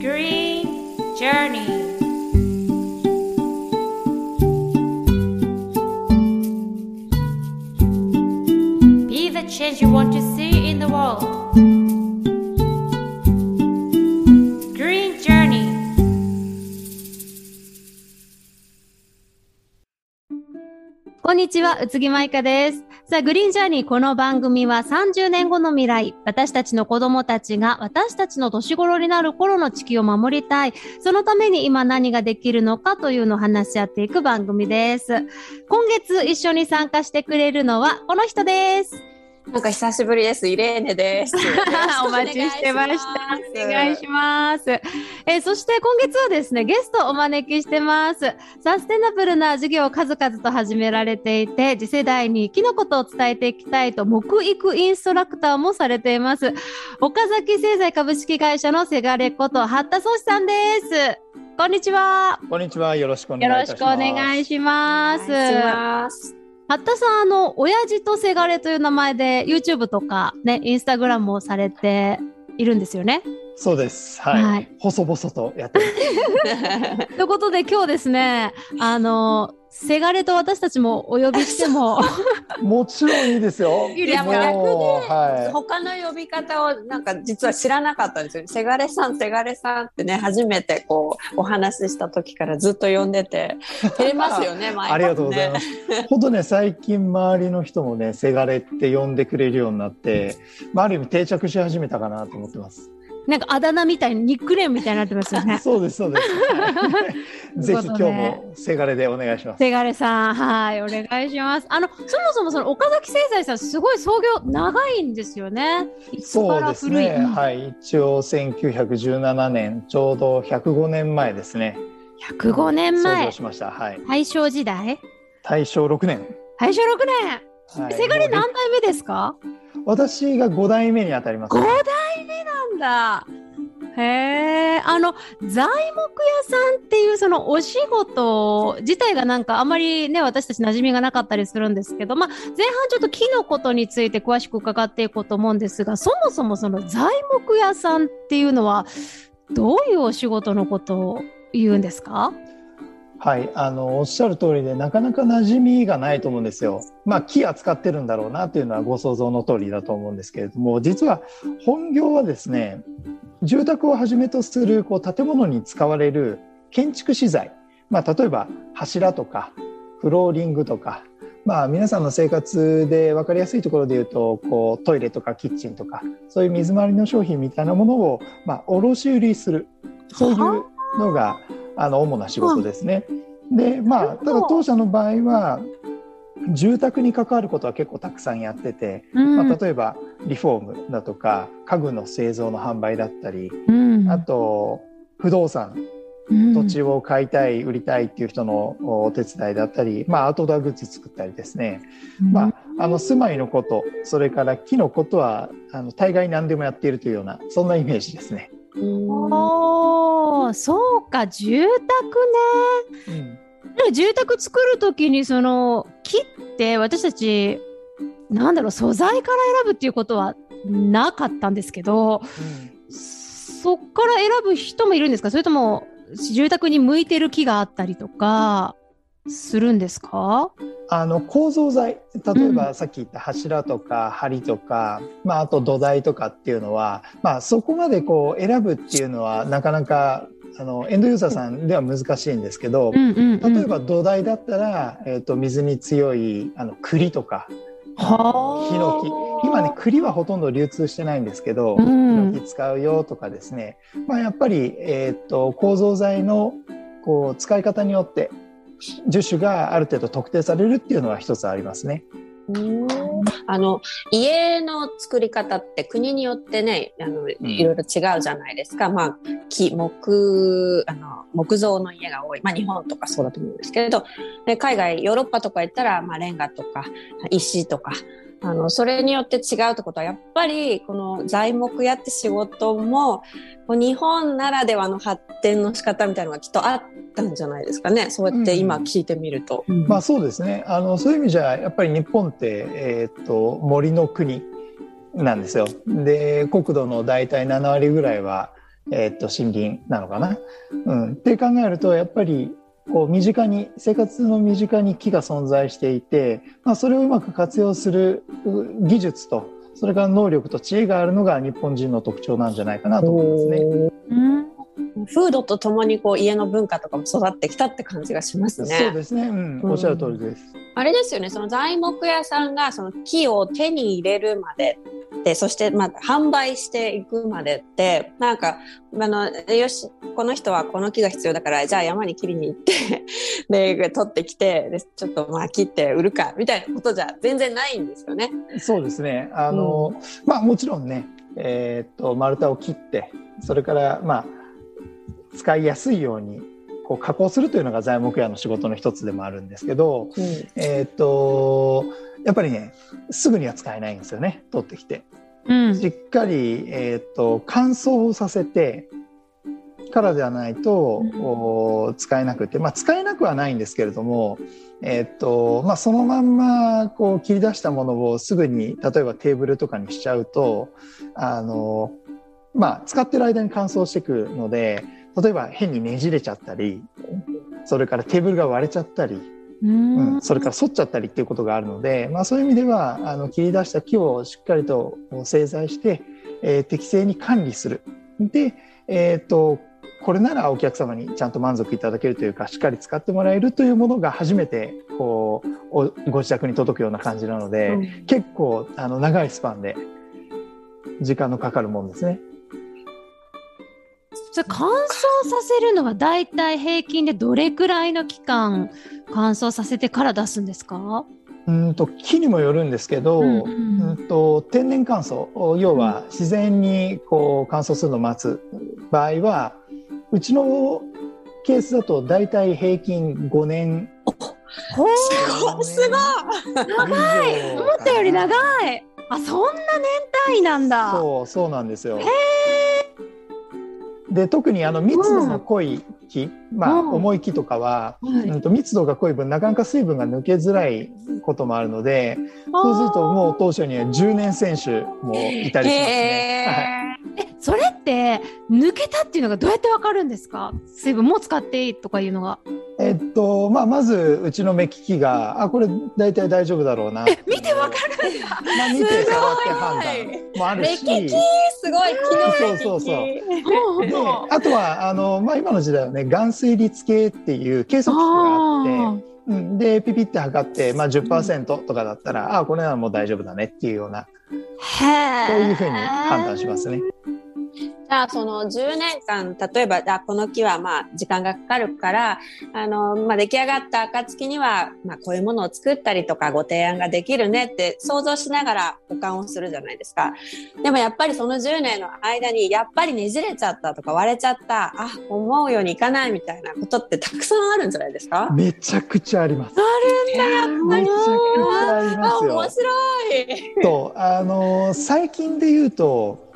Green Journey. Be the change you want to see in the world. Green Journey. こんにちは、宇津木舞香です。さあ、グリーンジャーニー、この番組は30年後の未来、私たちの子供たちが私たちの年頃になる頃の地球を守りたい。そのために今何ができるのかというのを話し合っていく番組です。今月一緒に参加してくれるのはこの人です。 なんか久しぶりです。イレーネです。 お待ちしてました。お願いします。そして今月はですね、ゲストをお招きしてます。サステナブルな事業を数々と始められていて、次世代に生きのことを伝えていきたいと、木育インストラクターもされています。岡崎製材株式会社のせがれこと八田宗志さんです。こんにちは。 こんにちは。よろしくお願いいたします。 よろしくお願いします。八田さん、親父とせがれという名前で YouTube とかね、インスタグラムをされているんですよね。 そうです。はい。はい、細々とやってます。 ということで今日ですね、せがれと私たちもお呼びしてももちろんいいですよ。 いいですか？逆に、はい、他の呼び方をなんか実は知らなかったんですよ。せがれさんってね、初めてこうお話しした時からずっと呼んでて照れますよね。毎回ね。 ありがとうございます。本当ね、最近周りの人もね、せがれって呼んでくれるようになって、ある意味定着し始めたかなと思ってます。 なんかあだ名みたいにニックネームみたいになってますよね。 そうですそうです。ぜひ今日もせがれでお願いします。 せがれさん、はい、お願いします。そもそもその岡崎製材さん、すごい創業長いんですよね。 そうですね。はい、一応1917年、ちょうど105年前ですね。 105年前。 創業しました。はい。 大正時代？ 大正6年。 大正6年。はい、せがれ何代目ですか？ 私が5代目にあたります。 5代目なんだ。へー。材木屋さんっていうそのお仕事自体がなんかあまりね、私たち馴染みがなかったりするんですけど、前半ちょっと木のことについて詳しく伺っていこうと思うんですが、そもそもその材木屋さんっていうのはどういうお仕事のことを言うんですか？ はい、おっしゃる通りでなかなか馴染みがないと思うんですよ。木扱ってるんだろうなというのはご想像の通りだと思うんですけれども、実は本業はですね、住宅をはじめとする建物に使われる建築資材、例えば柱とかフローリングとか、皆さんの生活で分かりやすいところで言うとトイレとかキッチンとかそういう水回りの商品みたいなものを卸売りする、そういうのが主な仕事ですね。で、ただ当社の場合は住宅に関わることは結構たくさんやってて、例えばリフォームだとか家具の製造の販売だったり、あと不動産、土地を買いたい売りたいっていう人のお手伝いだったり、アウトドアグッズ作ったりですね、住まいのこと、それから木のことは大概何でもやっているというような、そんなイメージですね。 そうか、住宅ね。住宅作るときにその木って私たち素材から選ぶっていうことはなかったんですけど、そっから選ぶ人もいるんですか？それとも住宅に向いてる木があったりとかするんですか？ 構造材、例えばさっき言った柱とか梁とか、あと土台とかっていうのは、そこまで選ぶっていうのはなかなかエンドユーザーさんでは難しいんですけど、例えば土台だったら、水に強い栗とかヒノキ、今ね栗はほとんど流通してないんですけど、ヒノキ使うよとかですね、やっぱり、構造材の使い方によって樹種がある程度特定されるっていうのは一つありますね。 家の作り方って国によってね、いろいろ違うじゃないですか。木造の家が多い。日本とかそうだと思うんですけれど、で海外、ヨーロッパとか行ったら、レンガとか石とか、それによって違うってことは、やっぱりこの材木屋って仕事も日本ならではの発展の仕方みたいなのがきっとあったんじゃないですかね。そうやって今聞いてみると、 そうですね。そういう意味じゃやっぱり日本って、森の国なんですよ。で、国土のだいたい7割ぐらいは森林なのかな、って考えるとやっぱりこう身近に生活の身近に木が存在していて、それをうまく活用する技術とそれから能力と知恵があるのが日本人の特徴なんじゃないかなと思いますね。 風土とともにこう家の文化とかも育ってきたって感じがしますね。 そうですね、おっしゃる通りです。 あれですよね、その材木屋さんがその木を手に入れるまでで、そして販売していくまでってなんかよしこの人はこの木が必要だからじゃあ山に切りに行ってで取ってきてでちょっと切って売るかみたいなことじゃ全然ないんですよね。 そうですね、もちろんね、丸太を切ってそれから使いやすいようにこう加工するというのが材木屋の仕事の一つでもあるんですけど、やっぱりねすぐには使えないんですよね、取ってきて、しっかり、乾燥させてからではないと、使えなくて、使えなくはないんですけれども、そのまんまこう切り出したものをすぐに例えばテーブルとかにしちゃうと使ってる間に乾燥していくので、例えば変にねじれちゃったり、それからテーブルが割れちゃったり、それから反っちゃったりっていうことがあるので、そういう意味では切り出した木をしっかりと製材して、適正に管理する。で、これならお客様にちゃんと満足いただけるというか、しっかり使ってもらえるというものが初めてこうご自宅に届くような感じなので、結構長いスパンで時間のかかるもんですね。 それ乾燥させるのはだいたい平均でどれくらいの期間乾燥させてから出すんですか？ 木にもよるんですけど、天然乾燥、要は自然にこう乾燥するのを待つ場合は、うちのケースだとだいたい平均5年。 すごい長い、思ったより長い。そんな年単位なんだ。 そうなんですよ。で特に密度が濃い木、重い木とかは、密度が濃い分なかなか水分が抜けづらいこともあるので、そうするともう当初には10年選手もいたりしますね。 それって抜けたっていうのがどうやってわかるんですか？水分もう使っていいとかいうのが。 まずうちの目利きがこれだいたい大丈夫だろうな見てわかるんだ。 見て触って判断もあるし、 目利きすごい木の目利き。 であとは今の時代はね、含水率計っていう計測器があって、でピピって測って、10% とかだったら、これはもう大丈夫だねっていうような、そういうふうに判断しますね。 じゃあその10年間、例えばこの木は時間がかかるから出来上がった暁にはこういうものを作ったりとかご提案ができるねって想像しながら保管をするじゃないですか。でもやっぱりその10年の間にやっぱりねじれちゃったとか割れちゃった、思うようにいかないみたいなことってたくさんあるんじゃないですか？ めちゃくちゃあります。 あるんだ。 めちゃくちゃありますよ。 面白い。最近で言うと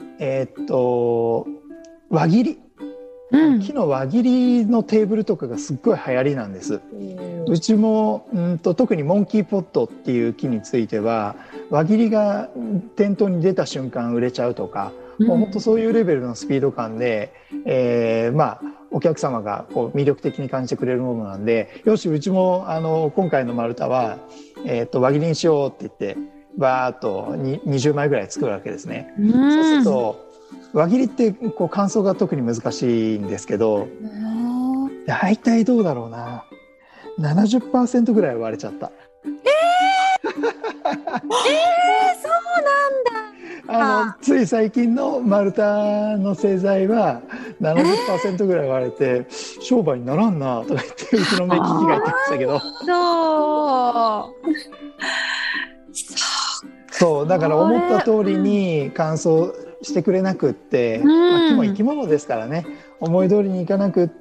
輪切り、木の輪切りのテーブルとかがすっごい流行りなんです。うちも特にモンキーポットっていう木については輪切りが店頭に出た瞬間売れちゃうとか、もう本当そういうレベルのスピード感で、お客様がこう魅力的に感じてくれるものなんで、よしうちも今回の丸太は、輪切りにしようって言ってバーっと20枚ぐらい作るわけですね。そうすると輪切りってこう乾燥が特に難しいんですけど、大体どうだろうな、70% ぐらい割れちゃった。 そうなんだ。 つい最近の丸太の製材は 70% ぐらい割れて、商売にならんなとか言ってうちの目利きが言ってましたけど、そうだから思った通りに乾燥してくれなくって、木も生き物ですからね、思い通りにいかなくって、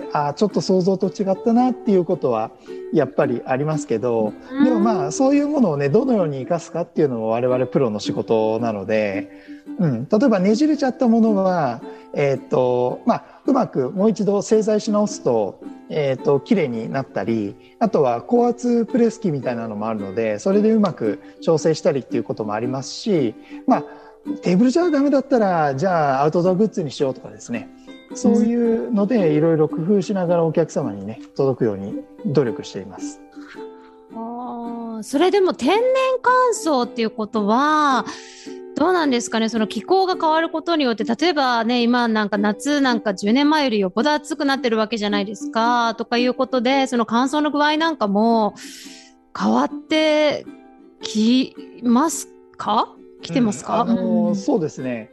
ちょっと想像と違ったなっていうことはやっぱりありますけど、でもそういうものをねどのように生かすかっていうのも我々プロの仕事なので、例えばねじれちゃったものはうまくもう一度製材し直すと綺麗になったり、あとは高圧プレス機みたいなのもあるので、それでうまく調整したりっていうこともありますし、 テーブルじゃダメだったらじゃあアウトドアグッズにしようとかですね、そういうのでいろいろ工夫しながらお客様にね届くように努力しています。 それでも天然乾燥っていうことはどうなんですかね。その気候が変わることによって、例えばね、今なんか夏なんか10年前よりよっぽど暑くなってるわけじゃないですかとかいうことで、その乾燥の具合なんかも変わってきますか？来てますか？ そうですね。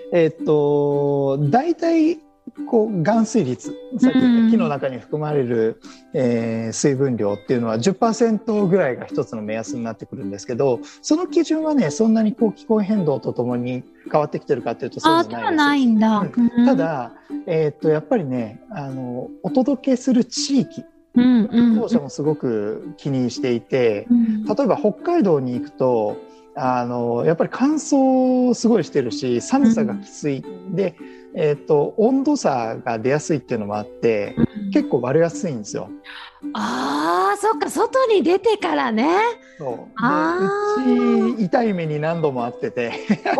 大体こう含水率、さっき言った木の中に含まれる、水分量っていうのは 10% ぐらいが一つの目安になってくるんですけど、その基準はねそんなにこう気候変動とともに変わってきてるかっていうとそうじゃないです。 ないんだ。 ただ、やっぱりねお届けする地域、当社もすごく気にしていて、例えば北海道に行くとやっぱり乾燥すごいしてるし寒さがきつい、で、温度差が出やすいっていうのもあって、結構割れやすいんですよ。 そっか、外に出てからね。 うち痛い目に何度もあってて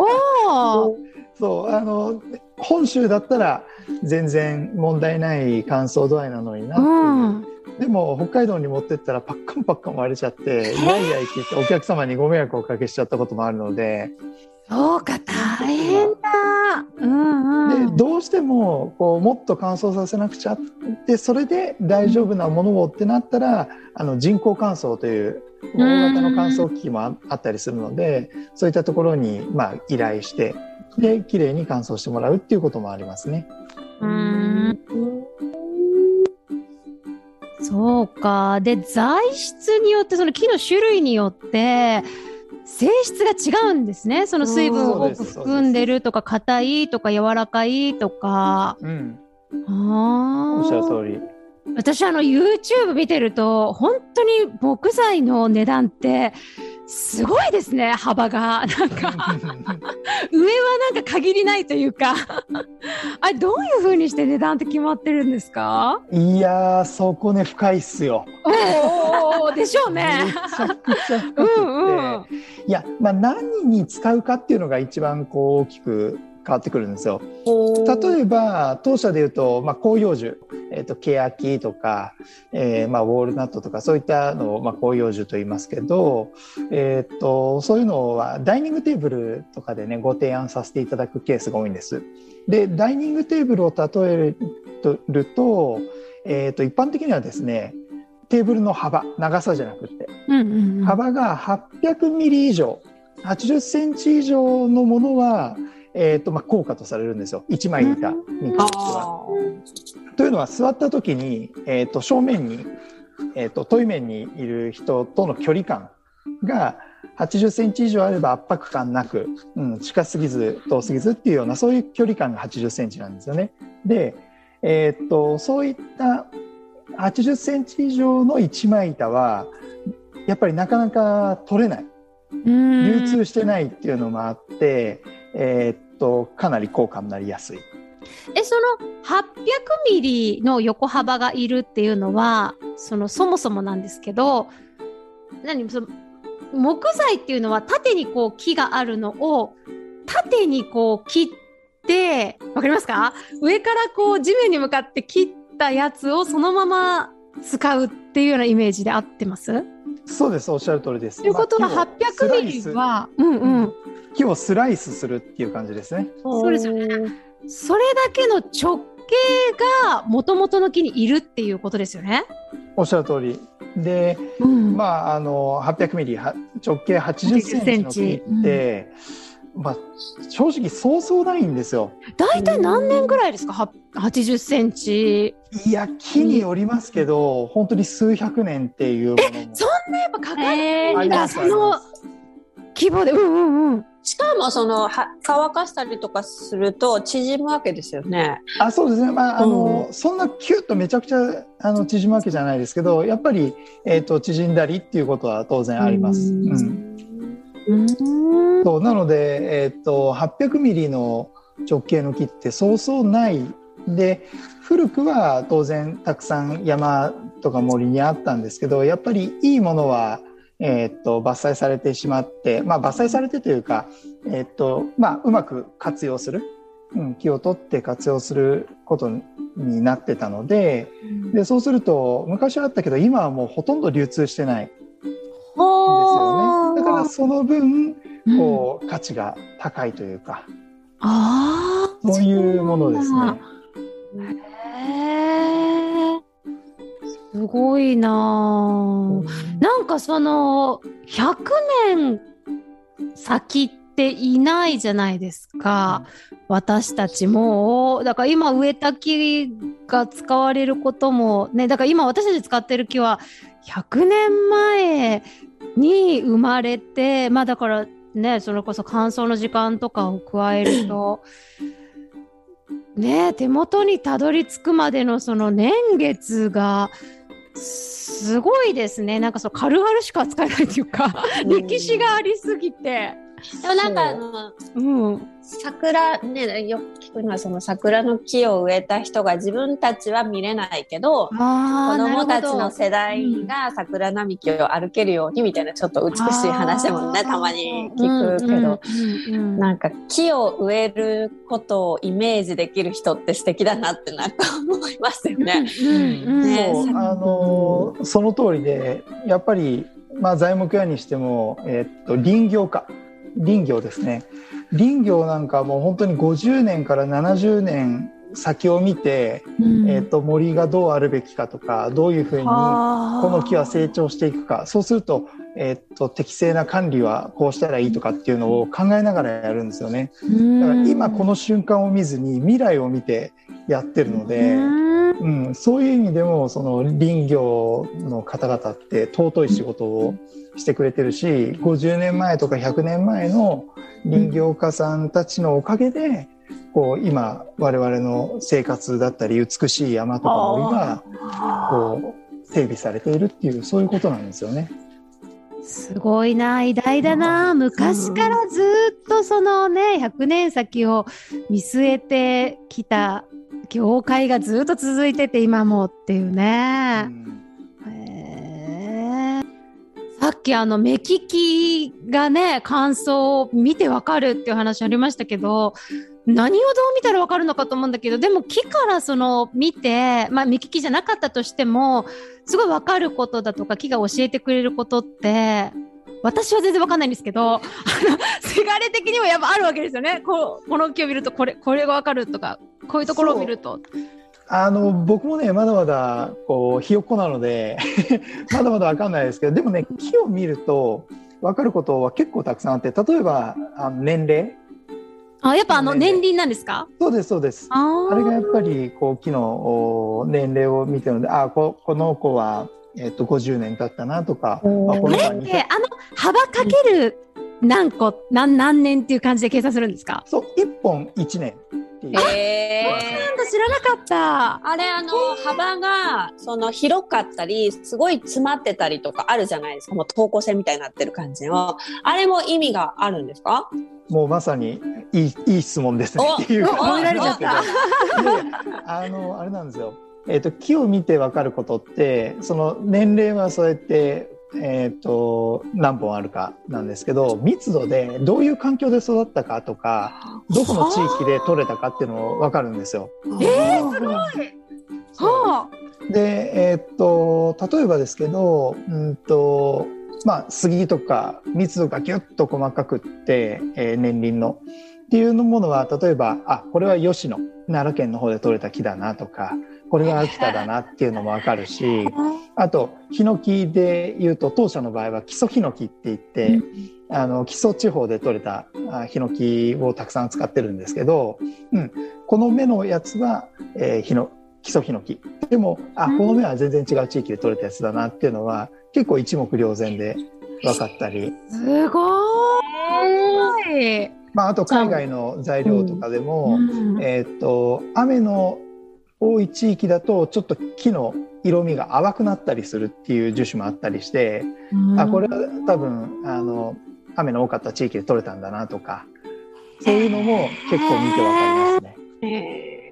そう本州だったら全然問題ない乾燥度合いなのになっていう、でも北海道に持ってったらパッカンパッカン割れちゃってイヤイヤ言ってお客様にご迷惑をおかけしちゃったこともあるので。 そうか、大変だ。 でどうしてもこうもっと乾燥させなくちゃって、それで大丈夫なものをってなったら人工乾燥という大型の乾燥機器もあったりするので、そういったところに依頼してで綺麗に乾燥してもらうっていうこともありますね。 そうか。で材質によって、その木の種類によって性質が違うんですね。その水分を多く含んでるとか硬いとか柔らかいとか。 おっしゃる通り。 私YouTube 見てると本当に木材の値段ってすごいですね、幅が。なんか上はなんか限りないというかあれどういう風にして値段って決まってるんですか？ いやーそこね深いっすよ。 でしょうね。 めちゃくちゃ深くて、いや、何に使うかっていうのが一番こう大きく変わってくるんですよ。例えば当社でいうと、広葉樹、ケヤキとか、ウォールナットとかそういったのを、広葉樹と言いますけど、そういうのはダイニングテーブルとかでねご提案させていただくケースが多いんです。でダイニングテーブルを例えると、一般的にはですねテーブルの幅、長さじゃなくて、幅が800ミリ以上、80センチ以上のものは高価とされるんですよ。1枚板に関しては。というのは座った時に、正面に、対面にいる人との距離感が80センチ以上あれば圧迫感なく、近すぎず遠すぎずっていうようなそういう距離感が80センチなんですよね。で、そういった80センチ以上の一枚板はやっぱりなかなか取れない、流通してないっていうのもあって、かなり高価になりやすい。 その800ミリの横幅がいるっていうのはそもそもなんですけど、その木材っていうのは縦にこう木があるのを縦にこう切って、わかりますか？上からこう地面に向かって切ったやつをそのまま使うっていうようなイメージで合ってます？ そうです、おっしゃる通りです。 ということは800ミリは、 木をスライスするっていう感じですね。 そうですよね。それだけの直径が元々の木にいるっていうことですよね。 おっしゃる通りで、800ミリ直径80センチの木って、正直そうそうないんですよ。 だいたい何年ぐらいですか？80センチ。 いや木によりますけど、本当に数百年っていうものも。 そんなやっぱかかるんだ、その規模で。 しかも乾かしたりとかすると縮むわけですよね。 そうですね。そんなキュッとめちゃくちゃ縮むわけじゃないですけど、やっぱり、縮んだりっていうことは当然あります。そうなので、800ミリの直径の木ってそうそうないで、古くは当然たくさん山とか森にあったんですけど、やっぱりいいものは伐採されてしまって、伐採されてというか、 うまく活用する、木を取って活用することになってたので、でそうすると昔はあったけど今はもうほとんど流通してないんですよね。だからその分こう価値が高いというか、そういうものですね。 すごいなぁ。なんかその100年先っていないじゃないですか。私たちもだから今植えた木が使われることもね、だから今私たち使ってる木は100年前に生まれて、だからね、それこそ乾燥の時間とかを加えるとね、手元にたどり着くまでのその年月がすごいですね。なんか軽々しか扱えないというか、歴史がありすぎて。 でもなんか桜ね、よく聞くのはその桜の木を植えた人が自分たちは見れないけど、子供たちの世代が桜並木を歩けるようにみたいな、ちょっと美しい話もね、たまに聞くけど、なんか木を植えることをイメージできる人って素敵だなってなんか思いますよね。 その通りで、やっぱり材木屋にしても、林業ですね。林業なんかもう本当に50年から70年先を見て、森がどうあるべきかとか、どういうふうにこの木は成長していくか、そうすると、適正な管理はこうしたらいいとかっていうのを考えながらやるんですよね。だから今この瞬間を見ずに未来を見てやってるので、そういう意味でもその林業の方々って尊い仕事をしてくれてるし、50年前とか100年前の林業家さんたちのおかげでこう今我々の生活だったり美しい山とか森がこう整備されているっていう、そういうことなんですよね。 すごいな、偉大だな。昔からずっとそのね、100年先を見据えてきた業界がずっと続いてて今もっていうね。さっき目利きがね、感想を見てわかるっていう話ありましたけど、何をどう見たらわかるのかと思うんだけど、でも木から見て、目利きじゃなかったとしてもすごいわかることだとか、木が教えてくれることって私は全然わかんないんですけど、せがれ的にもやっぱあるわけですよね。この木を見るとこれがわかるとか、こういうところを見ると。 僕もね、まだまだひよっこなのでまだまだわかんないですけど、でもね、木を見るとわかることは結構たくさんあって、例えば年齢。 やっぱ年輪なんですか？ そうですそうです。あれがやっぱり木の年齢を見てるので、この子は50年経ったなとか、この子は幅かける何年っていう感じで計算するんですか？ そう、1本1年っていう。 なんだ、知らなかった。 あれ幅が広かったりすごい詰まってたりとかあるじゃないですか。もう等間線みたいになってる感じの、あれも意味があるんですか？ もうまさにいい質問ですねっていう覚えられちゃった。 あれなんですよ。木を見て分かることって、その年齢はそうやって何本あるかなんですけど、密度でどういう環境で育ったかとか、どこの地域で取れたかっていうのも分かるんですよ。 すごい。 で、例えばですけど、杉とか密度がギュッと細かくって、年輪のっていうものは、例えばこれは吉野、奈良県の方で採れた木だなとか、これは秋田だなっていうのもわかるし、あとヒノキでいうと、当社の場合は木曽ヒノキって言って、木曽地方で採れたヒノキをたくさん使ってるんですけど、この芽のやつは、木曽ヒノキでも、この芽は全然違う地域で採れたやつだなっていうのは結構一目瞭然で分かったり。 すごい。 あと海外の材料とかでも、雨の多い地域だとちょっと木の色味が淡くなったりするっていう樹種もあったりして、これは多分雨の多かった地域で採れたんだなとか、そういうのも結構見て分かりますね。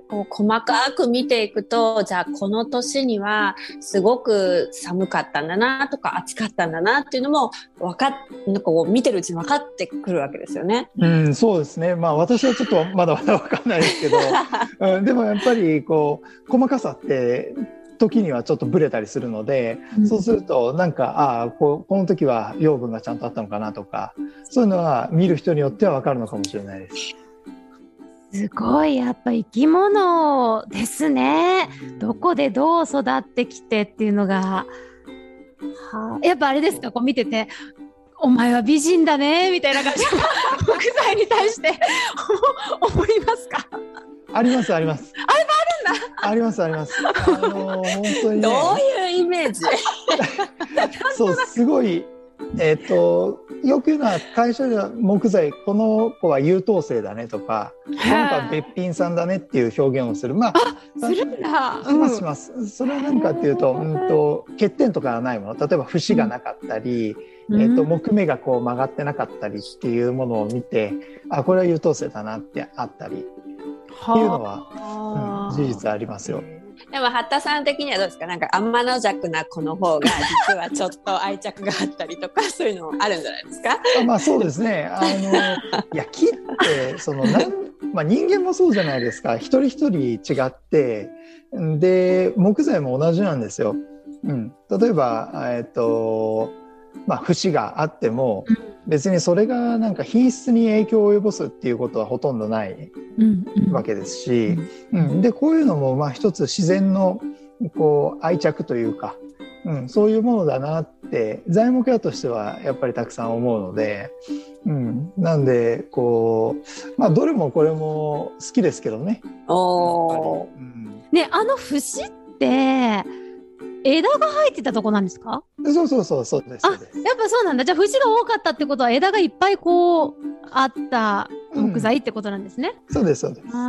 こう細かく見ていくと、じゃあこの年にはすごく寒かったんだなとか暑かったんだなっていうのもなんかこう見てるうちに分かってくるわけですよね。 そうですね。まあ私はちょっとまだまだ分かんないですけど、でもやっぱりこう細かさって時にはちょっとブレたりするので、そうするとなんかこの時は養分がちゃんとあったのかなとか、そういうのは見る人によっては分かるのかもしれないです。 すごいやっぱ生き物ですね。どこでどう育ってきてっていうのが、やっぱあれですか、こう見ててお前は美人だねみたいな感じ木材に対して思いますか？ ありますあります。ありますあります。本当にね。 どういうイメージ？ そう、すごいよく言うのは会社では木材、この子は優等生だねとか、この子はべっぴんさんだねっていう表現をする。 するんだ。 しますします。それは何かっていうと、欠点とかがないもの、例えば節がなかったり、木目がこう曲がってなかったりっていうものを見て、これは優等生だなってあったりっていうのは、事実ありますよ。 でも八田さん的にはどうですか？なんか天の弱な子の方が実はちょっと愛着があったりとかそういうのあるんじゃないですか？ そうですね。いや木って人間もそうじゃないですか。一人一人違ってで木材も同じなんですよ。例えば節があっても別にそれがなんか品質に影響を及ぼすっていうことはほとんどないわけですし、でこういうのも一つ自然のこう愛着というか、そういうものだなって材木屋としてはやっぱりたくさん思うので、なんでこうどれもこれも好きですけどね。 ね、節って枝が生えてたとこなんですか？ そうです。やっぱそうなんだ。じゃあ節が多かったってことは枝がいっぱいこうあった木材ってことなんですね。 そうです。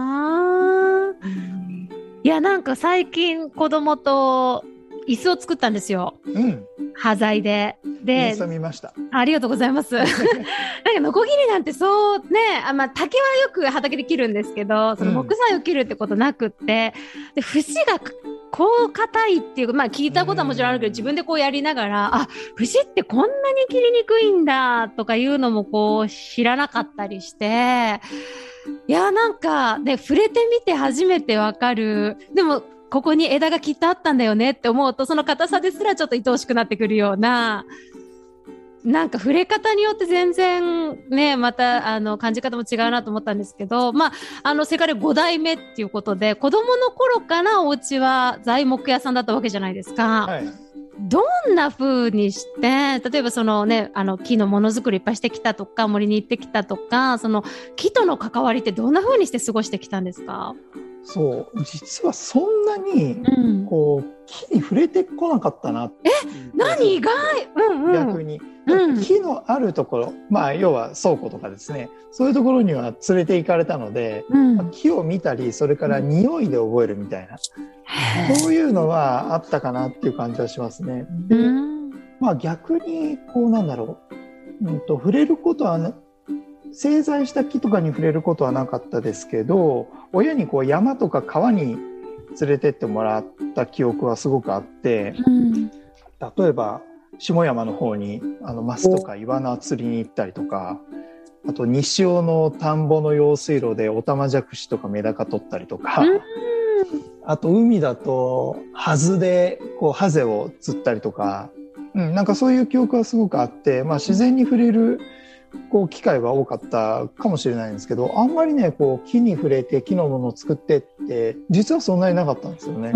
いやなんか最近子供と椅子を作ったんですよ。端材で。 見ました。 ありがとうございます。なんかノコギリなんてそうね、竹はよく畑で切るんですけど、その木材を切るってことなくって、で節がこう硬いっていうか、聞いたことはもちろんあるけど、自分でこうやりながら、節ってこんなに切りにくいんだとかいうのもこう知らなかったりして、いやなんかね、触れてみて初めてわかる。でもここに枝がきっとあったんだよねって思うと、その硬さですらちょっと愛おしくなってくるような、なんか触れ方によって全然ね、また感じ方も違うなと思ったんですけど、世界で5代目っていうことで、子供の頃からお家は材木屋さんだったわけじゃないですか。どんな風にして、例えばそのね、木のものづくりいっぱいしてきたとか、森に行ってきたとか、その木との関わりってどんな風にして過ごしてきたんですか？ そう実はそんなにこう木に触れてこなかったな。 何意外？ 逆に、木のあるところ、要は倉庫とかですね、そういうところには連れて行かれたので、木を見たり、それから匂いで覚えるみたいな、そういうのはあったかなっていう感じはしますね。で、逆にこうなんだろう、触れることは製材した木とかに触れることはなかったですけど、親にこう山とか川に連れてってもらった記憶はすごくあって、例えば下山の方にマスとかイワナ釣りに行ったりとか、あと西尾の田んぼの用水路でオタマジャクシとかメダカ取ったりとか、あと海だとハズでこうハゼを釣ったりとか、なんかそういう記憶はすごくあって、自然に触れるこう機会は多かったかもしれないんですけど、あんまりねこう木に触れて木のものを作ってって実はそんなになかったんですよね。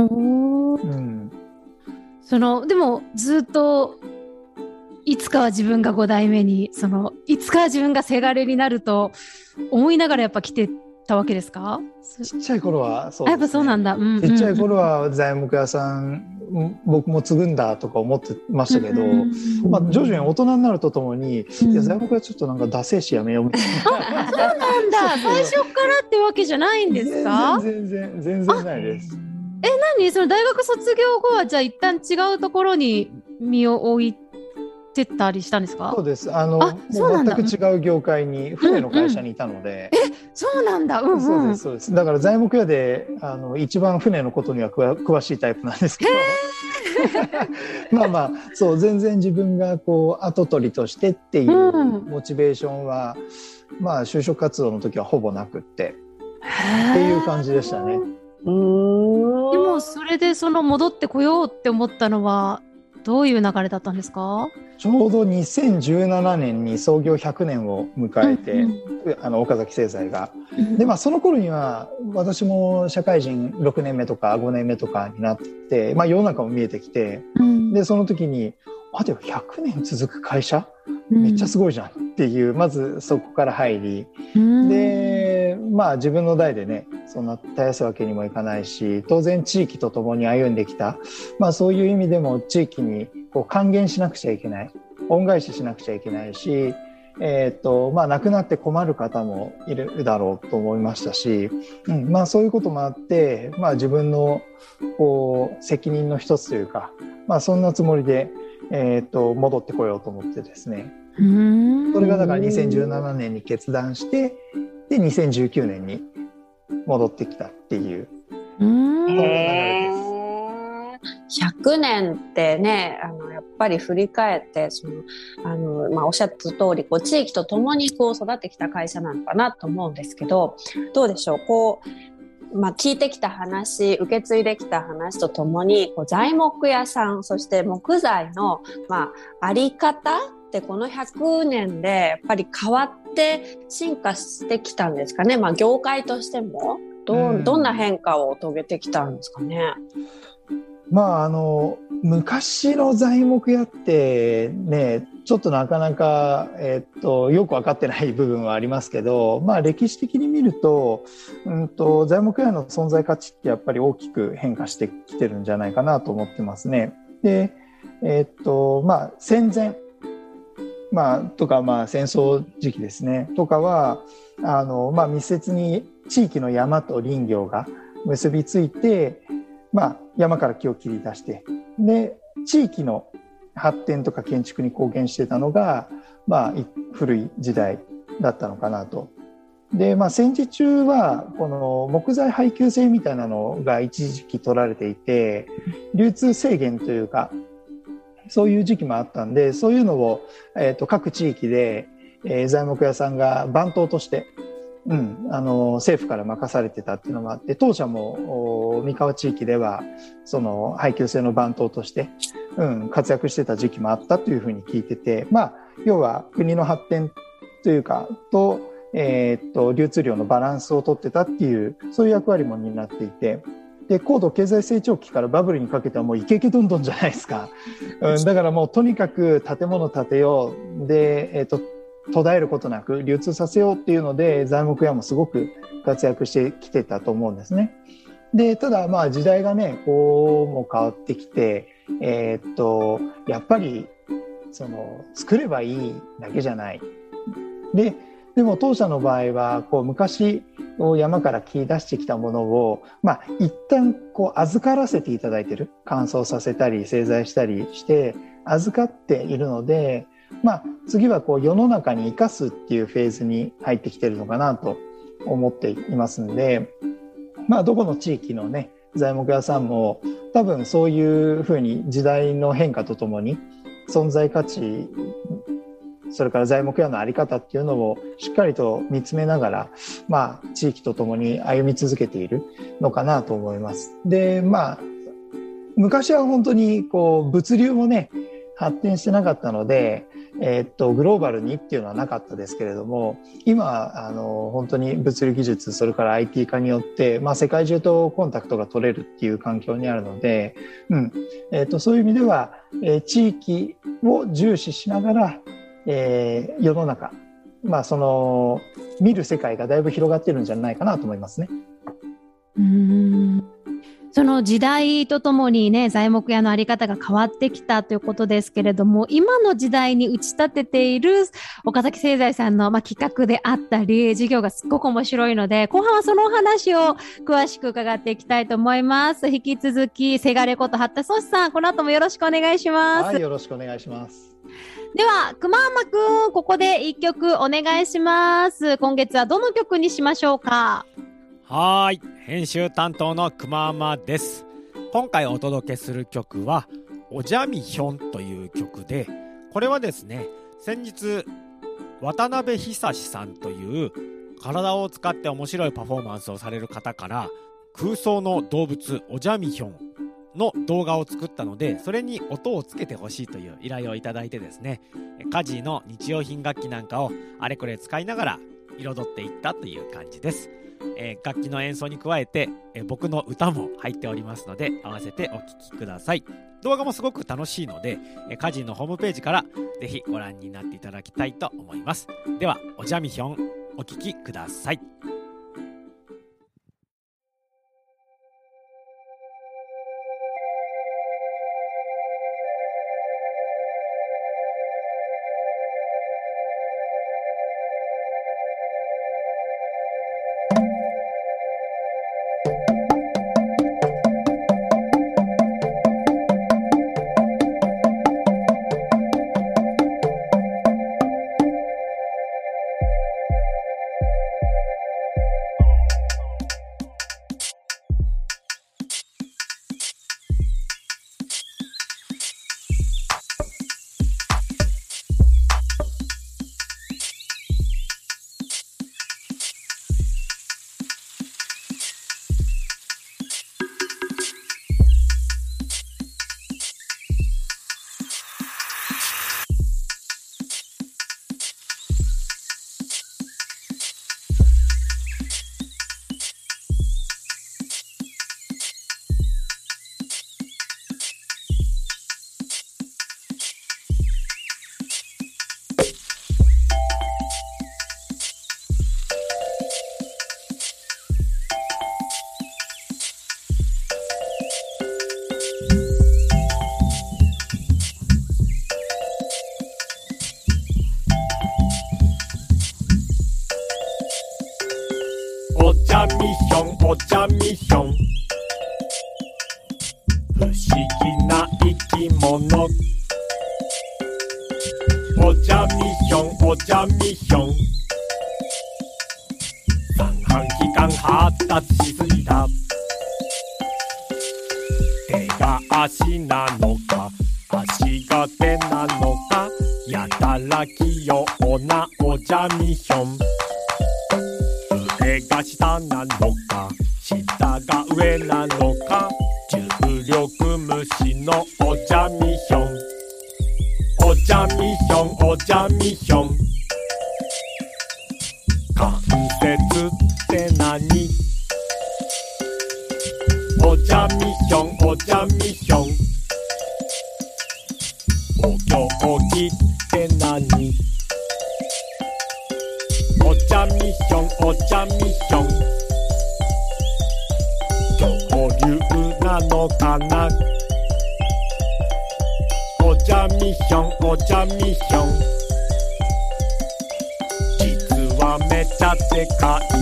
でもずっといつかは自分が5代目に、いつかは自分がせがれになると思いながらやっぱ来てたわけですか？ ちっちゃい頃はそうですね。 やっぱそうなんだ。 ちっちゃい頃は材木屋さん僕も継ぐんだとか思ってましたけど、徐々に大人になるとともに、いや材木屋ちょっとなんかダセえしやめようみたいな。 そうなんだ。最初からってわけじゃないんですか？ 全然ないです。 その大学卒業後はじゃあ一旦違うところに身を置いてたりしたんですか？ そうです。 そうもなんだ。 う全く違う業界に、船の会社にいたので、 そうなんだ。うんうん。 そうです、そうです。だから材木屋で一番船のことには詳しいタイプなんですけどまあまあそう全然自分がこう跡取りとしてっていうモチベーションは、まあ就職活動の時はほぼなくってっていう感じでしたね。 でもそれで戻ってこようって思ったのはどういう流れだったんですか？ ちょうど2017年に創業100年を迎えて、岡崎製材が。で、その頃には私も社会人6年目とか5年目とかになって、世の中も見えてきて、で、その時に、でも100年続く会社めっちゃすごいじゃんっていう、まずそこから入り、で、自分の代でね、そんな絶やすわけにもいかないし、当然地域と共に歩んできた、そういう意味でも地域にこう還元しなくちゃいけない、恩返ししなくちゃいけないし、亡くなって困る方もいるだろうと思いましたし、そういうこともあって、自分のこう責任の一つというか、そんなつもりで、戻ってこようと思ってですね。それがだから2017年に決断して、で2019年に戻ってきたっていう。 100年ってね、やっぱり振り返っておっしゃった通り地域とともに育ってきた会社なのかなと思うんですけど、どうでしょう、聞いてきた話、受け継いできた話とともに材木屋さん、そして木材の、あり方ってこの100年でやっぱり変わって進化してきたんですかね。業界としてもどんな変化を遂げてきたんですかね。 昔の材木屋ってね、ちょっとなかなか、よく分かってない部分はありますけど、歴史的に見ると、材木屋の存在価値ってやっぱり大きく変化してきてるんじゃないかなと思ってますね。で、戦前、とか、戦争時期ですね、とかは、密接に地域の山と林業が結びついて、山から木を切り出して、で、地域の発展とか建築に貢献してたのが、古い時代だったのかなと。で、戦時中は、この木材配給制みたいなのが一時期取られていて、流通制限というか、そういう時期もあったんで、そういうのを、各地域で、材木屋さんが番頭として、政府から任されてたっていうのもあって、当社も三河地域ではその配給制の番頭として、活躍してた時期もあったというふうに聞いてて、要は国の発展というかと、流通量のバランスを取ってたっていう、そういう役割も担っていて、で高度経済成長期からバブルにかけてはもうイケイケどんどんじゃないですか。だからもうとにかく建物建てようで、途絶えることなく流通させようっていうので、材木屋もすごく活躍してきてたと思うんですね。で、ただ時代がね、こうも変わってきて、やっぱり作ればいいだけじゃない。でも当社の場合は昔山から切り出してきたものを一旦預からせていただいてる、乾燥させたり製材したりして預かっているので、次は世の中に生かすっていうフェーズに入ってきてるのかなと思っていますので、どこの地域のね材木屋さんも多分そういうふうに時代の変化とともに存在価値、それから材木屋のあり方っていうのをしっかりと見つめながら、地域とともに歩み続けているのかなと思います。で、昔は本当に物流もね発展してなかったので、グローバルにっていうのはなかったですけれども、今本当に物流技術、それから IT 化によって、世界中とコンタクトが取れるっていう環境にあるので、そういう意味では、地域を重視しながら、世の中、見る世界がだいぶ広がってるんじゃないかなと思いますね。 その時代とともにね、材木屋のあり方が変わってきたということですけれども、今の時代に打ち立てている岡崎製材さんの企画であったり、事業がすっごく面白いので、後半はそのお話を詳しく伺っていきたいと思います。引き続き、せがれこと八田宗さん、この後もよろしくお願いします。 はい、よろしくお願いします。 では、くまーまくん、ここで一曲お願いします。今月はどの曲にしましょうか？ はーい、編集担当のくまーまです。今回お届けする曲はおじゃみひょんという曲で、これはですね、先日渡辺久志さんという体を使って面白いパフォーマンスをされる方から空想の動物おじゃみひょんの動画を作ったので、それに音をつけてほしいという依頼をいただいてですね、家事の日用品楽器なんかをあれこれ使いながら彩っていったという感じです。楽器の演奏に加えて、僕の歌も入っておりますので、合わせてお聴きください。動画もすごく楽しいので、家事のホームページからぜひご覧になっていただきたいと思います。では、おじゃみひょんお聴きください。おじゃみひょん、おじゃみひょん、不思議な生き物。おじゃみひょん、おじゃみひょん、三半規管発達しすぎた。手が足なのか、足が手なのか、やたら器用なおじゃみひょん。上が下なのか、下が上なのか、重力虫のおじゃみひょん。おじゃみひょん、おじゃみひょん、関節ってなに？おじゃみひょん、おじゃみひょん、お行儀ってなに？おじゃみひょん、おじゃみひょん、恐竜なのかな？おじゃみひょん、おじゃみひょん、実はめちゃでかい。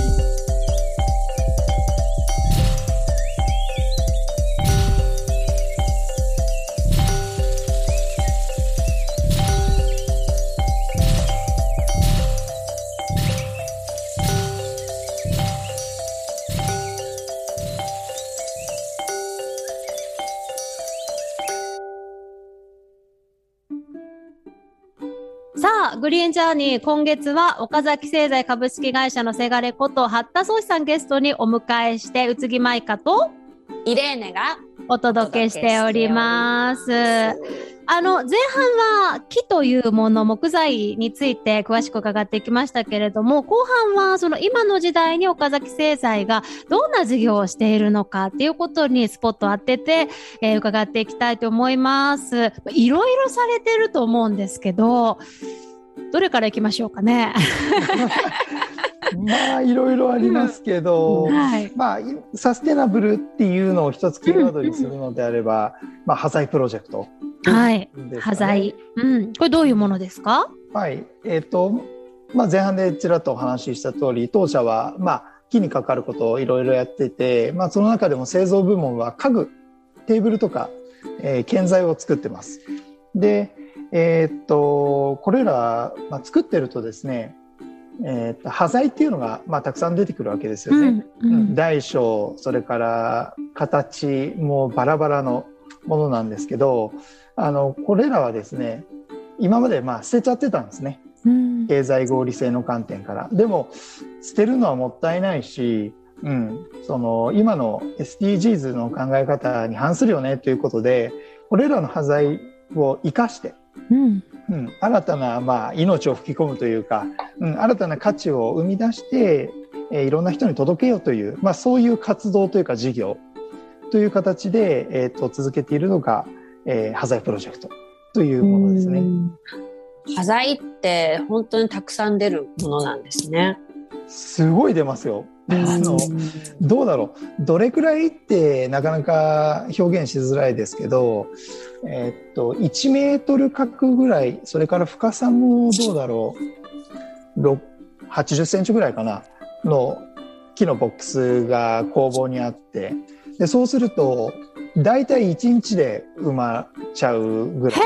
さあ、グリーンジャーニー、今月は岡崎製材株式会社のせがれこと八田宗志さんゲストにお迎えして、宇津木舞香とイレーネがお届けしております。前半は木というもの、木材について詳しく伺っていきましたけれども、後半はその今の時代に岡崎製材がどんな事業をしているのかっていうことにスポットを当てて、伺っていきたいと思います。いろいろされてると思うんですけど、どれからいきましょうかね。 まあいろいろありますけど、 はい、 まあサステナブルっていうのを一つキーワードにするのであれば、まあ端材プロジェクト、 はい、端材、これどういうものですか？ はい、まあ前半でちらっとお話しした通り、当社はまあ木に関わることをいろいろやってて、まあその中でも製造部門は家具、テーブルとか、建材を作ってます。で、 これら、作ってるとですね、端材っていうのが、たくさん出てくるわけですよね。大小、それから形もバラバラのものなんですけど、これらはですね、今まで捨てちゃってたんですね。経済合理性の観点から。でも捨てるのはもったいないし、今の SDGs の考え方に反するよねということで、これらの端材を生かして、新たな、命を吹き込むというか、新たな価値を生み出して、いろんな人に届けようという、そういう活動というか事業という形で、続けているのが、端材プロジェクトというものですね。 端材って本当にたくさん出るものなんですね。 すごい出ますよ。どうだろう、どれくらいってなかなか表現しづらいですけど、1メートル角ぐらい、それから深さもどうだろう、80センチぐらいかなの木のボックスが工房にあって、でそうするとだいたい1日で埋まっちゃうぐらい。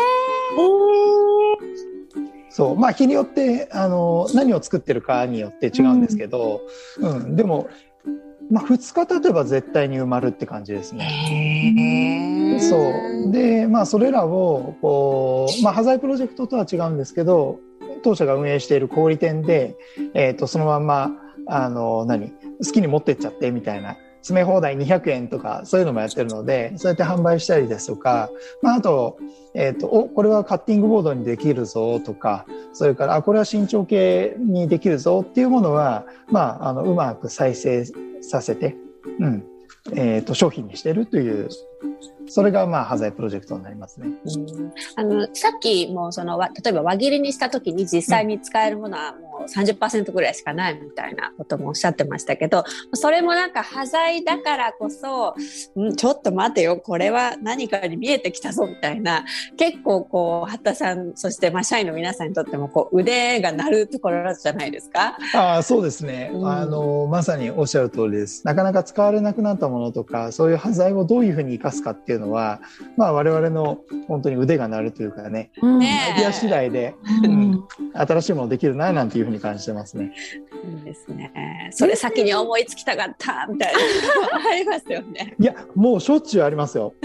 そう、日によって何を作ってるかによって違うんですけど、でも、2日経てば絶対に埋まるって感じですね。そうで、それらを端材プロジェクトとは違うんですけど、当社が運営している小売店で、そのまんま好きに持ってっちゃってみたいな、詰め放題200円とかそういうのもやってるので、そうやって販売したりですとか、あと、これはカッティングボードにできるぞとか、それからこれは身長計にできるぞっていうものは、うまく再生させて、商品にしてるという、それが端材プロジェクトになりますね。 さっきも例えば輪切りにした時に実際に使えるものはもう 30% ぐらいしかないみたいなこともおっしゃってましたけど、それも端材だからこそ、ちょっと待てよ、これは何かに見えてきたぞみたいな、結構八田さん、そして社員の皆さんにとっても腕が鳴るところじゃないですか。 そうですね、まさにおっしゃる通りです。なかなか使われなくなったものとか、そういう端材をどういうふうに生かすかっていうのは、我々の本当に腕が鳴るというかね、アイデア次第で、新しいものできるななんていうふうに感じてますね。 いいですね。それ先に思いつきたかったみたいなありますよね。 いや、もうしょっちゅうありますよ。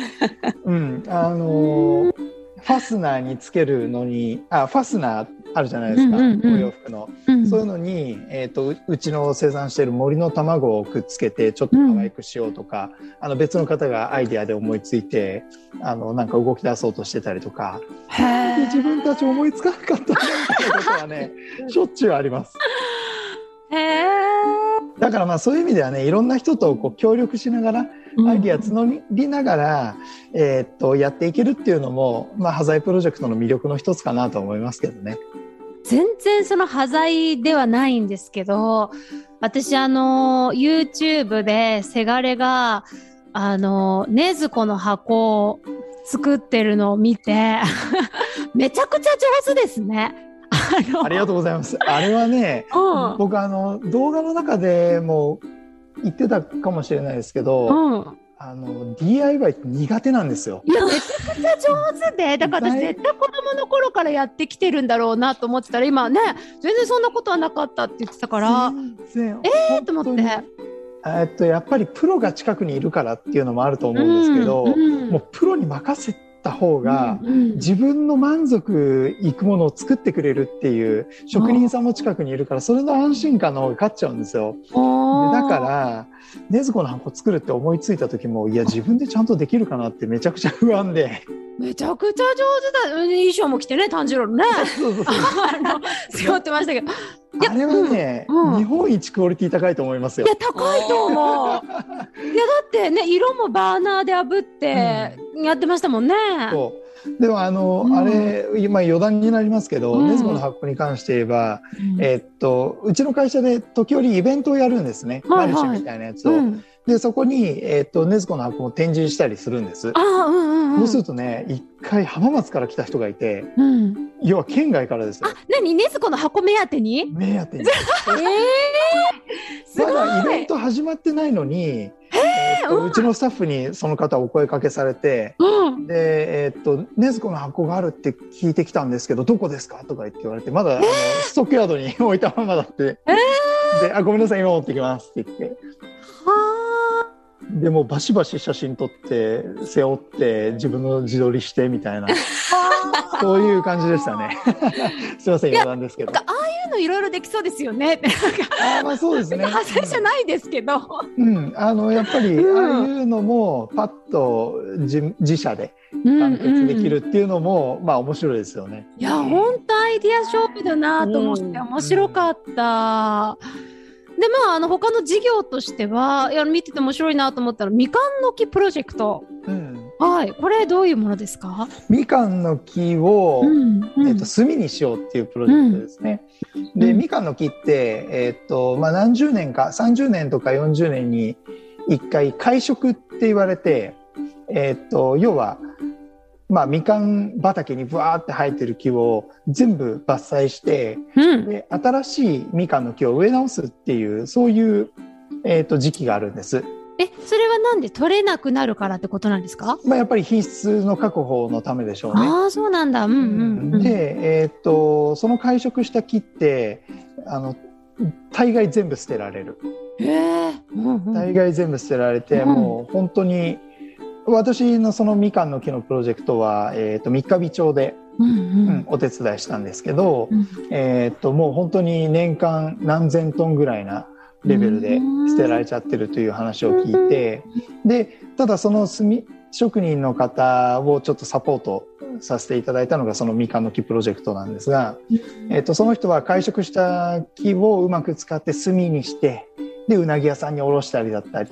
ファスナーにつけるのに、ファスナーあるじゃないですか、お洋服の、そういうのに、うちの生産している森の卵をくっつけてちょっと可愛くしようとか、別の方がアイデアで思いついて動き出そうとしてたりとか、で自分たち思いつかなかったみたいなことはねしょっちゅうあります。だからそういう意味ではね、いろんな人と協力しながらアイディア募りながら、やっていけるっていうのも、端材プロジェクトの魅力の一つかなと思いますけどね。 全然その端材ではないんですけど、私YouTube でせがれが禰豆子の箱を作ってるのを見てめちゃくちゃ上手ですね。 ありがとうございます。あれはね、僕動画の中でも言ってたかもしれないですけど、DIY って苦手なんですよ。 いや、めちゃくちゃ上手で、だから私絶対子供の頃からやってきてるんだろうなと思ってたら、今ね全然そんなことはなかったって言ってたから、と思って。 やっぱりプロが近くにいるからっていうのもあると思うんですけど、もうプロに任せた方が自分の満足いくものを作ってくれるっていう職人さんも近くにいるから、それの安心感の方が勝っちゃうんですよ。だから禰豆子の箱作るって思いついた時も、いや自分でちゃんとできるかなってめちゃくちゃ不安で。 めちゃくちゃ上手だ。衣装も着てね、炭治郎のね背負ってましたけど、 あれはね、日本一クオリティ高いと思いますよ。 いや、高いと思う。いや、だってね、色もバーナーで炙ってやってましたもんね。 でもあれ今余談になりますけど、禰豆子の箱に関して言えば、うちの会社で時折イベントをやるんですね、マルシェみたいなやつを。でそこに禰豆子の箱を展示したりするんです。そうするとね、一回浜松から来た人がいて、要は県外からですよ。 何、禰豆子の箱目当てに目当てにすごい。 まだイベント始まってないのに、 うちのスタッフにその方お声かけされて、で、禰豆子の箱があるって聞いてきたんですけどどこですかとか言われて、まだストックヤードに置いたままだって、でごめんなさい今持ってきますって言って、でもバシバシ写真撮って背負って自分の自撮りしてみたいなそういう感じでしたねすいません余談ですけど。 ああいうのいろいろできそうですよね。 まあそうですね。 派生じゃないですけど、 やっぱりああいうのもパッと自社で完結できるっていうのも、まあ面白いですよね。 いや本当アイディア勝負だなと思って面白かった。で他の事業としては見てて面白いなと思ったらみかんの木プロジェクト、はい、これどういうものですか？ みかんの木を、炭にしようっていうプロジェクトですね。でみかんの木って、何十年か30年とか40年に1回改植って言われて、要はみかん畑にブワーって生えてる木を全部伐採して、で新しいみかんの木を植え直すっていうそういう、時期があるんです。 それはなんで取れなくなるからってことなんですか？ やっぱり品質の確保のためでしょうね。 ああそうなんだ。 で、その改植した木って大概全部捨てられる。大概全部捨てられて、もう本当に私のそのみかんの木のプロジェクトは、三ヶ日町で、お手伝いしたんですけど、もう本当に年間何千トンぐらいなレベルで捨てられちゃってるという話を聞いて、でただその炭職人の方をちょっとサポートさせていただいたのがそのみかんの木プロジェクトなんですが、その人は改植した木をうまく使って炭にしてでうなぎ屋さんに卸したりだったり、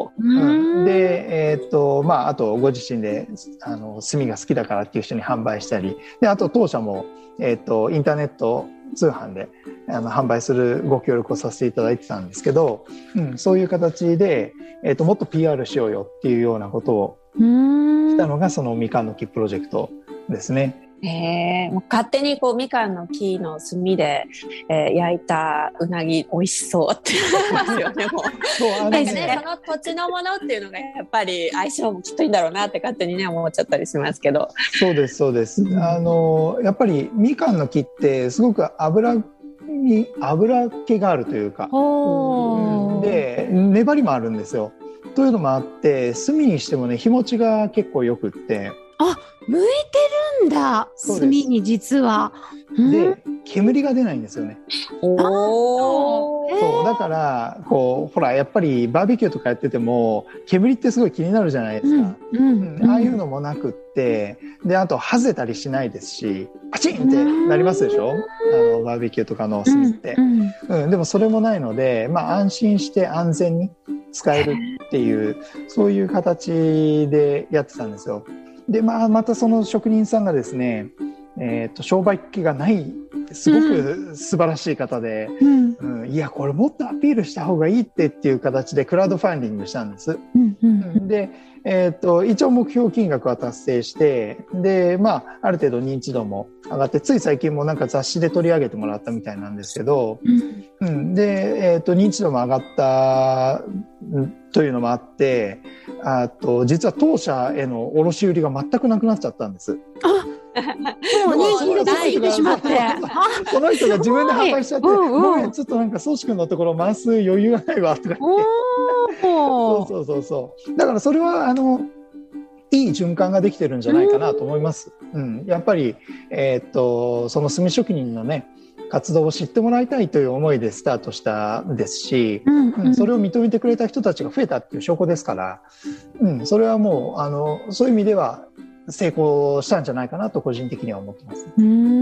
で、あとご自身で炭が好きだからっていう人に販売したりで、あと当社も、インターネット通販で販売するご協力をさせていただいてたんですけど、そういう形で、もっと PR しようよっていうようなことをしたのがそのみかんの木プロジェクトですね。 もう勝手にみかんの木の炭で、焼いたうなぎ美味しそうって言いますよね。もうその土地のものっていうのがやっぱり相性もきっといいんだろうなって勝手にね思っちゃったりしますけど。 そうですそうです。やっぱりみかんの木ってすごく油気があるというか、で粘りもあるんですよ。というのもあって炭にしてもね日持ちが結構よくって。 向いてるんだ炭に実は。 で煙が出ないんですよね。そうだからほらやっぱりバーベキューとかやってても煙ってすごい気になるじゃないですか。ああいうのもなくってであと外れたりしないですしパチンってなりますでしょバーベキューとかの炭って、でもそれもないので、安心して安全に使えるっていうそういう形でやってたんですよ。でまたその職人さんがですね、商売っ気がないすごく素晴らしい方で、いやこれもっとアピールした方がいいっていう形でクラウドファンディングしたんです。で、一応目標金額は達成してで、ある程度認知度も上がってつい最近もなんか雑誌で取り上げてもらったみたいなんですけど、で、認知度も上がったというのもあって実は当社への卸売りが全くなくなっちゃったんです。 もう人気が出てきてしまってその人が自分で販売しちゃって、ごめんちょっとなんか宗志君のところ回す余裕がないわとか言ってそうだからそれはいい循環ができてるんじゃないかなと思います。やっぱり、その炭職人のね活動を知ってもらいたいという思いでスタートしたんですし、それを認めてくれた人たちが増えたっていう証拠ですから、それはもうそういう意味では成功したんじゃないかなと個人的には思ってます。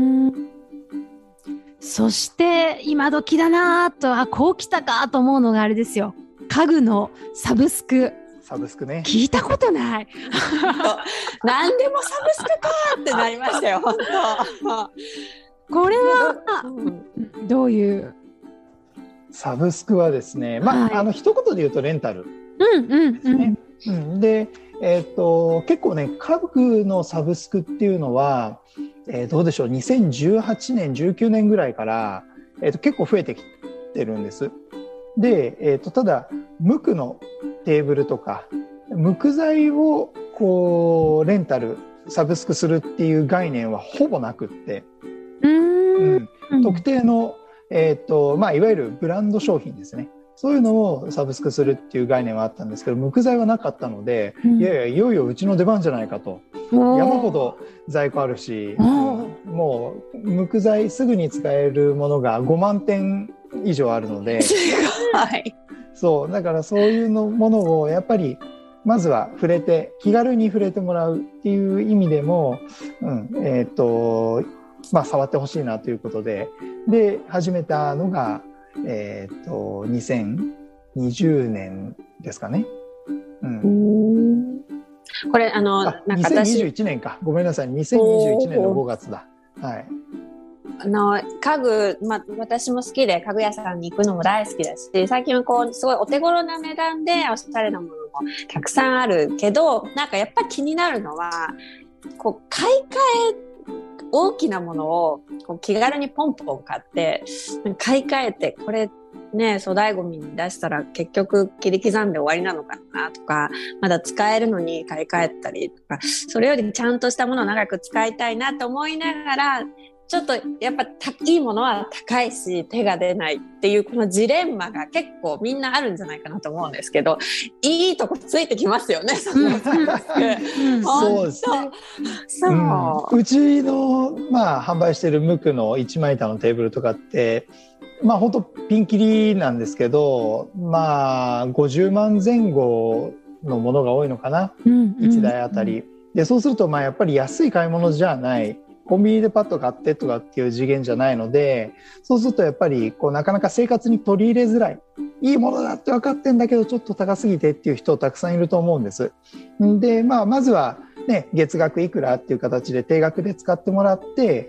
そして今時だなとこう来たかと思うのがあれですよ、家具のサブスクね、聞いたことない何でもサブスクかってなりましたよ本当。 これはどういうサブスクはですね、一言で言うとレンタルですね。で、結構ね家具のサブスクっていうのは、どうでしょう2018年19年ぐらいから、結構増えてきてるんです。 で、ただ無垢のテーブルとか無垢材をこうレンタルサブスクするっていう概念はほぼなくって、特定の、いわゆるブランド商品ですね、そういうのをサブスクするっていう概念はあったんですけど、無垢材はなかったので、いよいようちの出番じゃないかと。山ほど在庫あるし、もう無垢材すぐに使えるものが5万点以上あるので、そうだからそういうものをやっぱりまずは気軽に触れてもらうっていう意味でも、触ってほしいなということで始めたのが、2020年ですかね。 これなんか 2021年か、ごめんなさい、2021年の5月だ。はい。 家具、私も好きで家具屋さんに行くのも大好きだし、最近はこうすごいお手頃な値段でおしゃれなものもたくさんあるけど、なんかやっぱり気になるのはこう買い替え、大きなものをこう気軽にポンポン買って買い替えて、これね、粗大ゴミに出したら結局切り刻んで終わりなのかなとか、まだ使えるのに買い替えたりとか、それよりちゃんとしたものを長く使いたいなと思いながら、ちょっとやっぱいいものは高いし手が出ないっていうこのジレンマが結構みんなあるんじゃないかなと思うんですけど、いいとこついてきますよね、そのそうですね。うちの、販売している無垢の一枚板のテーブルとかって本当ピンキリなんですけど、50万前後のものが多いのかな、1台あたりで。そうするとやっぱり安い買い物じゃない、コンビニでパッと買ってとかっていう次元じゃないので、そうするとやっぱりなかなか生活に取り入れづらい、いいものだって分かってんだけどちょっと高すぎてっていう人たくさんいると思うんです。で、まずはね、月額いくらっていう形で定額で使ってもらって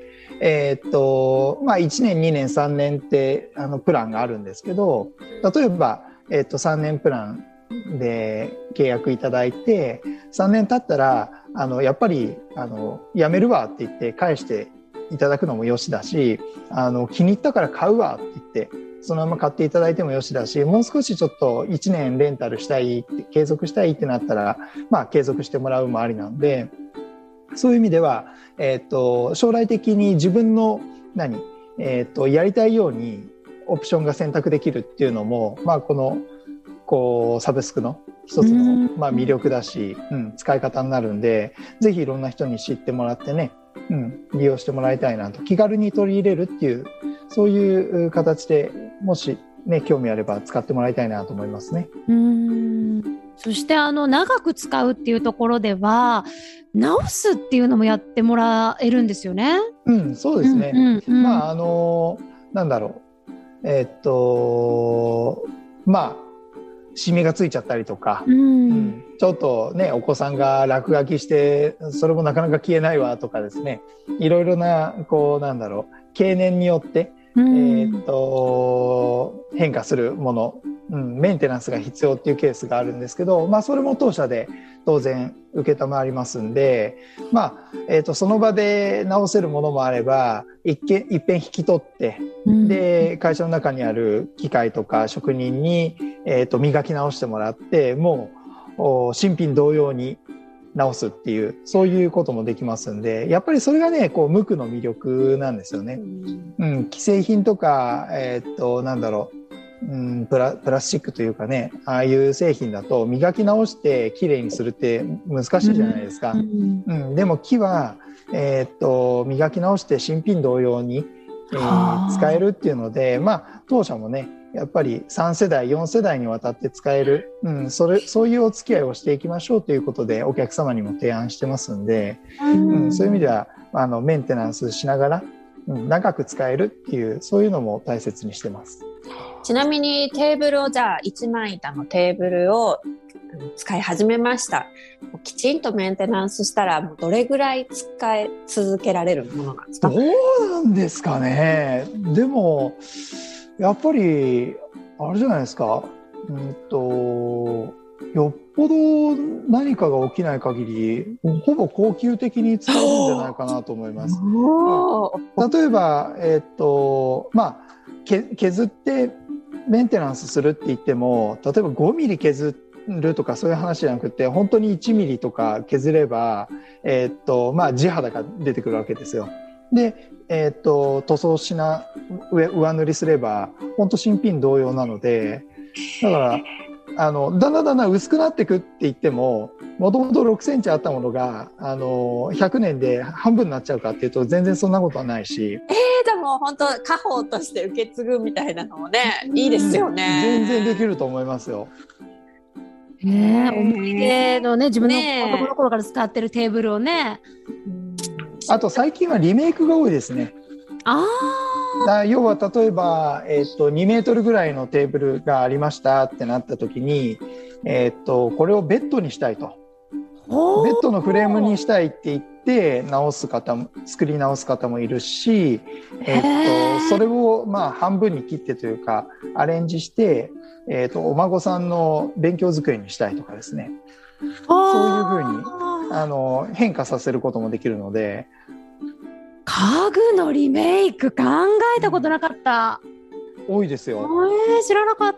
、1年2年3年ってプランがあるんですけど、例えば、3年プランで契約いただいて3年経ったらやっぱりやめるわって言って返していただくのもよしだし、気に入ったから買うわって言ってそのまま買っていただいてもよしだし、もう少しちょっと1年レンタルしたいって継続したいってなったら継続してもらうもありなので、そういう意味では、将来的に自分のやりたいようにオプションが選択できるっていうのも、このサブスクの一つの魅力だし、使い方になるんで、ぜひいろんな人に知ってもらってね、利用してもらいたいなと、気軽に取り入れるっていう、そういう形でもしね興味あれば使ってもらいたいなと思いますね。 そして長く使うっていうところでは直すっていうのもやってもらえるんですよね。 そうですね。なんだろう、シミがついちゃったりとか、ちょっとねお子さんが落書きしてそれもなかなか消えないわとかですね、いろいろな経年によって変化するもの、メンテナンスが必要っていうケースがあるんですけど、それも当社で当然承りますんで、その場で直せるものもあればいっぺん引き取って、で会社の中にある機械とか職人に、磨き直してもらって、もう新品同様に直すっていう、そういうこともできますんで、やっぱりそれがね無垢の魅力なんですよね。既製品とかプラスチックというかね、ああいう製品だと磨き直してきれいにするって難しいじゃないですか。でも木は、磨き直して新品同様に、使えるっていうので、当社もねやっぱり3世代4世代にわたって使える、そういうお付き合いをしていきましょうということでお客様にも提案してますんで、そういう意味ではメンテナンスしながら、長く使えるっていう、そういうのも大切にしてます。 ちなみにテーブルをじゃあ一枚板のテーブルを使い始めました。きちんとメンテナンスしたらもうどれぐらい使い続けられるものなんですか？ どうなんですかね。でもやっぱりあれじゃないですか。よっぽど何かが起きない限りほぼ恒久的に使えるんじゃないかなと思います。例えば削ってメンテナンスするって言っても、例えば5ミリ削るとかそういう話じゃなくて、本当に1ミリとか削れば、地肌が出てくるわけですよ。で、塗装上塗りすれば本当新品同様なので、だからだんだん薄くなっていくって言っても、もともと6センチあったものが100年で半分になっちゃうかっていうと全然そんなことはないし、 でも本当家宝として受け継ぐみたいなのもね、いいですよね。 全然できると思いますよ。 思い出のね、自分の子供の頃から使ってるテーブルをね。 あと最近はリメイクが多いですね。要は例えば、2メートルぐらいのテーブルがありましたってなった時に、これをベッドにしたいと、ベッドのフレームにしたいって言って作り直す方もいるし、それを半分に切ってというかアレンジして、お孫さんの勉強机にしたいとかですね、そういうふうに変化させることもできるので。 家具のリメイク考えたことなかった。 多いですよ。 知らなかった、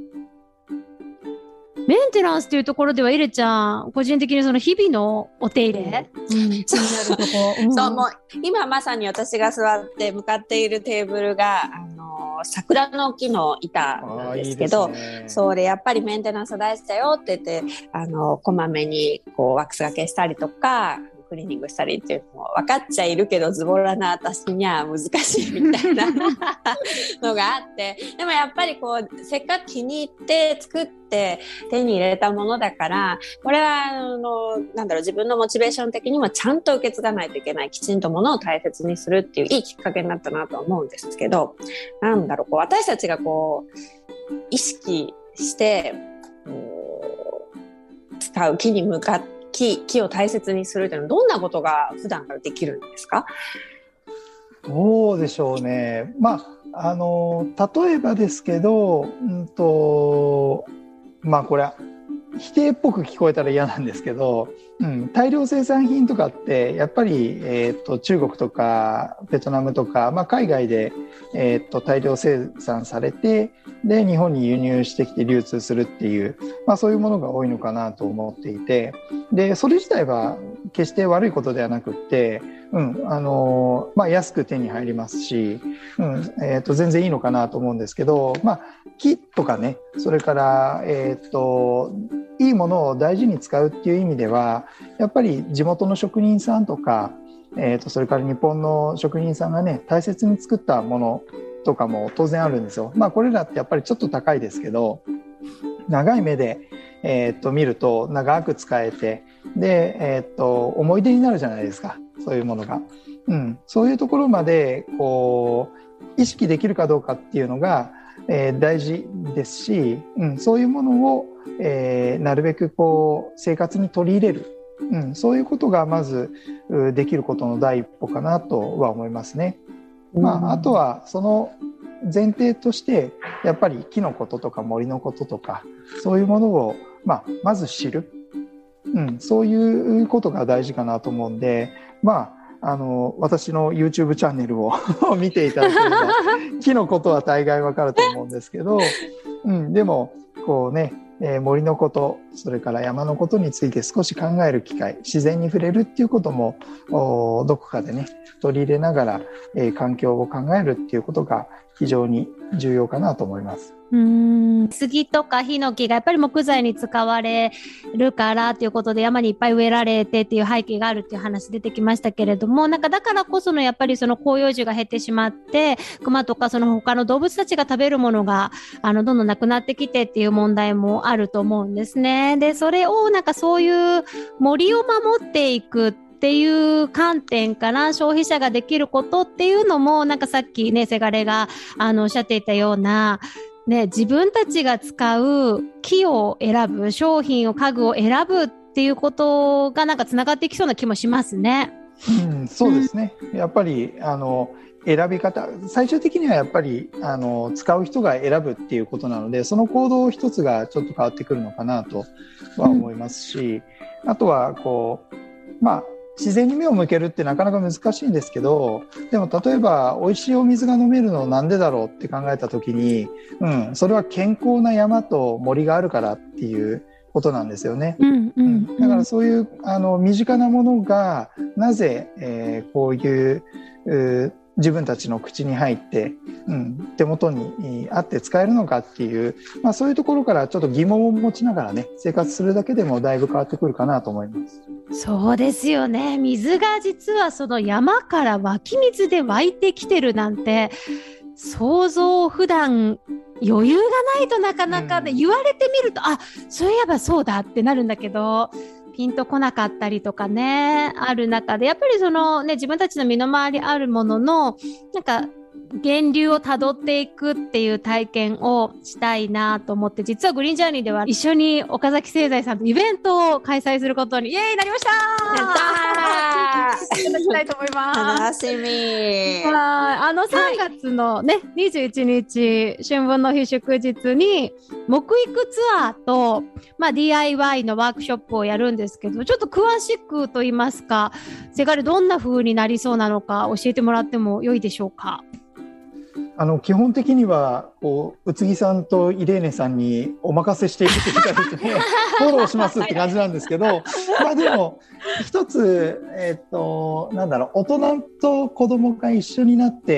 メンテナンスというところではイレちゃん個人的にその日々のお手入れ、気になるとこそう、もう今まさに私が座って向かっているテーブルが桜の木の板なんですけど、いいですね、それやっぱりメンテナンス大事だよって言ってこまめにこうワックスがけしたりとかクリーニングしたりっていうのも分かっちゃいるけど、ズボラな私には難しいみたいなのがあって、でもやっぱりこうせっかく気に入って作って手に入れたものだから、これは自分のモチベーション的にもちゃんと受け継がないといけない、きちんとものを大切にするっていういいきっかけになったなとは思うんですけど、私たちがこう意識して使う木に向かって木を大切にするというのはどんなことが普段からできるんですか？ どうでしょうね。例えばですけど、これは否定っぽく聞こえたら嫌なんですけど、大量生産品とかってやっぱり、中国とかベトナムとか、海外で、大量生産されて、で日本に輸入してきて流通するっていう、そういうものが多いのかなと思っていて、でそれ自体は決して悪いことではなくって、安く手に入りますし、全然いいのかなと思うんですけど、木とかね、それから、いいものを大事に使うっていう意味では、やっぱり地元の職人さんとか、それから日本の職人さんがね大切に作ったものとかも当然あるんですよ。これらってやっぱりちょっと高いですけど、長い目で、見ると長く使えて、で、思い出になるじゃないですか、そういうものが。そういうところまでこう意識できるかどうかっていうのが、大事ですし、そういうものを、なるべくこう生活に取り入れる、そういうことがまずできることの第一歩かなとは思いますね。あとはその前提としてやっぱり木のこととか森のこととかそういうものを、まず知る、そういうことが大事かなと思うんで、私の YouTube チャンネルを見ていただければ木のことは大概わかると思うんですけど、でもこうね、森のこと、それから山のことについて少し考える機会、自然に触れるっていうこともどこかでね取り入れながら、環境を考えるっていうことが非常に重要かなと思います。 杉とかヒノキがやっぱり木材に使われるからということで山にいっぱい植えられてっていう背景があるっていう話出てきましたけれども、だからこそのやっぱりその広葉樹が減ってしまって熊とかその他の動物たちが食べるものがどんどんなくなってきてっていう問題もあると思うんですね。でそれをそういう森を守っていくっていう観点から消費者ができることっていうのもさっきねせがれがおっしゃっていたような自分たちが使う木を選ぶ、商品を家具を選ぶっていうことがつながっていきそうな気もしますね。 そうですね。やっぱり選び方、最終的にはやっぱり使う人が選ぶっていうことなので、その行動一つがちょっと変わってくるのかなとは思いますし、あとはこう自然に目を向けるってなかなか難しいんですけど、でも例えば美味しいお水が飲めるのなんでだろうって考えた時に、それは健康な山と森があるからっていうことなんですよね。だからそういう身近なものがなぜ、こういう自分たちの口に入って、手元にあって使えるのかっていう、そういうところからちょっと疑問を持ちながらね、生活するだけでもだいぶ変わってくるかなと思います。 そうですよね。水が実はその山から湧き水で湧いてきてるなんて、想像普段余裕がないとなかなかね、言われてみると、そういえばそうだってなるんだけど、ピンとこなかったりとかね、ある中で、やっぱりそのね、自分たちの身の回りあるものの、なんか、源流をたどっていくっていう体験をしたいなと思って、実はグリーンジャーニーでは一緒に岡崎製材さんとイベントを開催することに、イエーイなりましたー！ やったー！ いただきたいと思います。 楽しみ。 3月のね、21日、春分の日祝日に、木育ツアーと、DIY のワークショップをやるんですけど、ちょっと詳しくと言いますか、せがれどんな風になりそうなのか教えてもらっても良いでしょうか。 基本的には宇津木さんとイレーネさんにお任せしていくというかですねフォローしますって感じなんですけどでも一つ、大人と子供が一緒になって、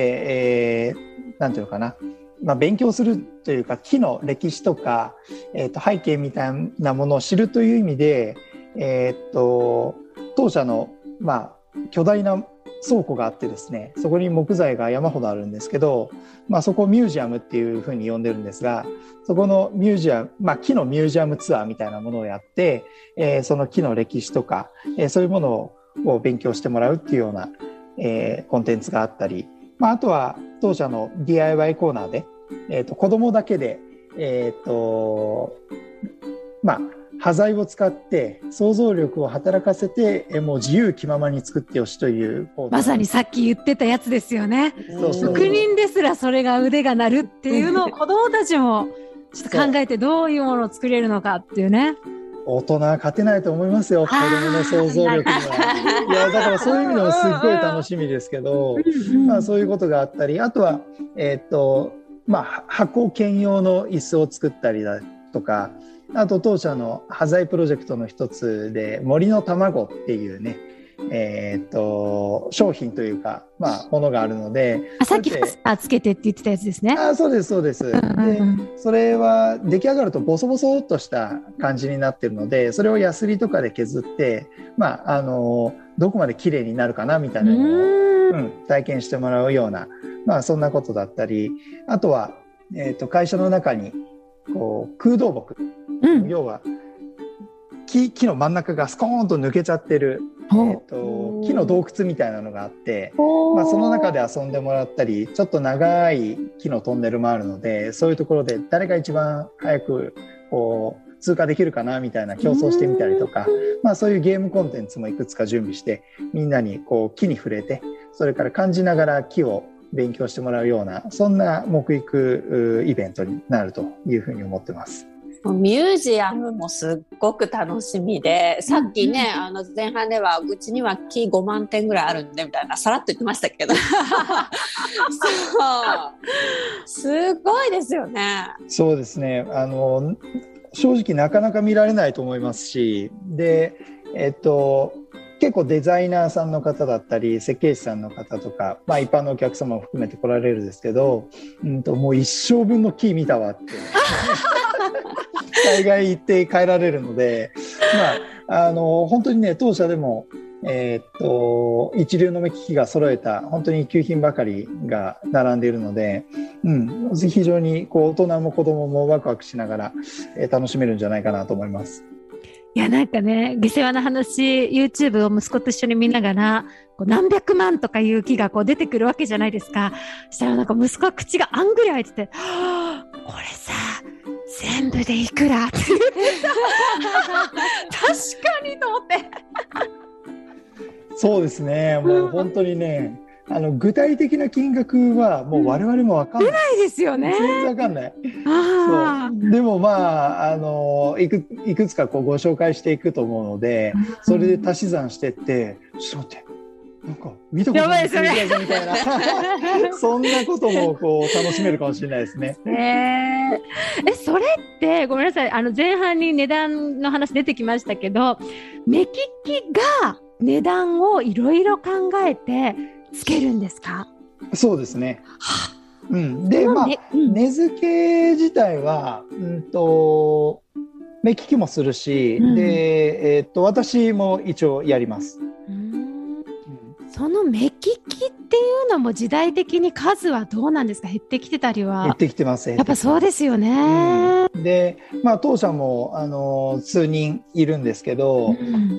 なんていうのかな、勉強するというか木の歴史とか、背景みたいなものを知るという意味で、当社の、巨大な倉庫があってですね、そこに木材が山ほどあるんですけど、そこをミュージアムっていうふうに呼んでるんですが、そこのミュージアム、木のミュージアムツアーみたいなものをやって、その木の歴史とか、そういうものを勉強してもらうっていうような、コンテンツがあったり、あとは当社の DIY コーナーで、子供だけで、端材を使って想像力を働かせて、もう自由気ままに作ってよしという。 まさにさっき言ってたやつですよね。職人ですらそれが腕が鳴るっていうのを子供たちもちょっと考えてどういうものを作れるのかっていうね。 大人は勝てないと思いますよ、子供の想像力には。いや、だからそういう意味でもすっごい楽しみですけど、そういうことがあったり、あとは、箱兼用の椅子を作ったりだとか、あと当社の端材プロジェクトの一つで森の卵っていうね、商品というか、ものがあるので、 さっきつけてって言ってたやつですね。 そうですそうです。で、それは出来上がるとボソボソっとした感じになってるので、それをヤスリとかで削って、どこまで綺麗になるかなみたいなのを、体験してもらうような、そんなことだったり、あとは、会社の中に空洞木、要は木の真ん中がスコーンと抜けちゃってる、木の洞窟みたいなのがあって、その中で遊んでもらったり、ちょっと長い木のトンネルもあるので、そういうところで誰が一番早く通過できるかなみたいな競争してみたりとか、そういうゲームコンテンツもいくつか準備して、みんなに木に触れて、それから感じながら木を勉強してもらうような、そんな木育イベントになるというふうに思ってます。 ミュージアムもすっごく楽しみで、さっきね、前半ではうちには木5万点ぐらいあるんでみたいなさらっと言ってましたけどすごいですよね。 そうですね、正直なかなか見られないと思いますし、で、結構デザイナーさんの方だったり設計士さんの方とか、一般のお客様も含めて来られるんですけど、もう一生分の木見たわって大概行って帰られるので、本当にね、当社でも、一流の目利きが揃えた本当に一級品ばかりが並んでいるので、非常に大人も子供もワクワクしながら、楽しめるんじゃないかなと思います。 いや、なんかね、下世話な話、YouTube を息子と一緒に見ながら、何百万とかいう木が出てくるわけじゃないですか。そしたらなんか息子は口があんぐり開いてて、これさ、全部でいくらって言ってた。確かにと思って。 そうですね、もう本当にね、 具体的な金額はもう我々も分かんない、 ないですよね。 全然分かんない。 あそうでもまあ、いくつかこうご紹介していくと思うので、それで足し算してって、ちょっと待って、なんか見たことない数字だぞみたいなそんなこともこう楽しめるかもしれないですね。 それってごめんなさい、前半に値段の話出てきましたけど、目利きが値段をいろいろ考えてつけるんですか？ そうですね。で、まあ、値付け自体は、目利きもするし、で、私も一応やります。 その目利きっていうのも時代的に数はどうなんですか？減ってきてたりは？ 減ってきてます。 やっぱそうですよね。 で、まあ当社も数人いるんですけど、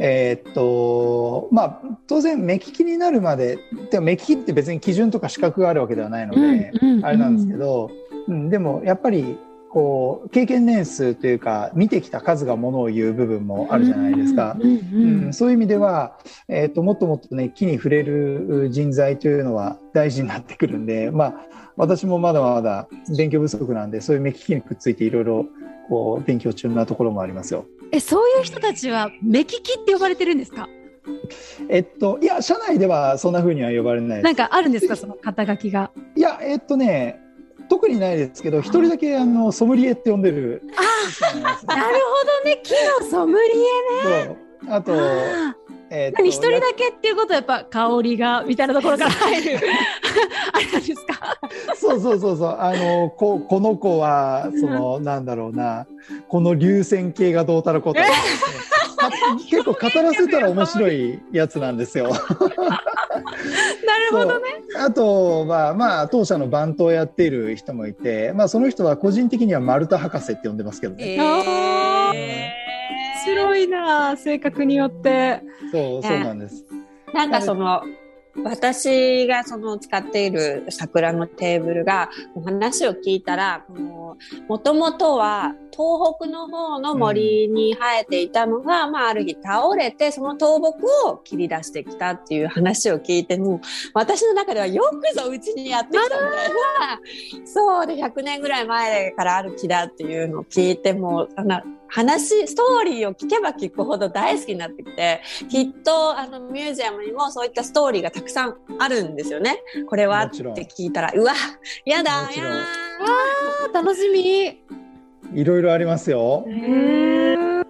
まあ当然目利きになるまで、でも目利きって別に基準とか資格があるわけではないので、あれなんですけど、でもやっぱりこう経験年数というか見てきた数がものを言う部分もあるじゃないですか。そういう意味では、もっともっとね木に触れる人材というのは大事になってくるんで、まあ私もまだまだ勉強不足なんで、そういう目利きにくっついていろいろこう勉強中なところもありますよ。 そういう人たちは目利きって呼ばれてるんですか？ いや社内ではそんな風には呼ばれないです。 なんかあるんですか、その肩書きが？ いや特にないですけど、一人だけソムリエって呼んでる。 なるほどね、木のソムリエね。 そう、あと一人だけっていうことはやっぱ香りがみたいなところから入るあれなんですか？ そうこの子はなんだろうな、この流線形がどうたらこうたら、結構語らせたら面白いやつなんですよ。なるほどね。 あとはまあ当社の番頭をやっている人もいて、まあその人は個人的には丸太博士って呼んでますけどね。 面白いな、性格によって。 そうなんです。 なんか私が使っている桜のテーブルが話を聞いたら、もともとは東北の方の森に生えていたのが、まあある日倒れて、その倒木を切り出してきたっていう話を聞いても、私の中ではよくぞうちにやってきたみたいな、そうで100年ぐらい前からある木だっていうのを聞いても、ストーリーを聞けば聞くほど大好きになってきて、きっとミュージアムにもそういったストーリーがたくさんあるんですよね。これはって聞いたら、うわ、やだやー、楽しみ。 いろいろありますよ。 3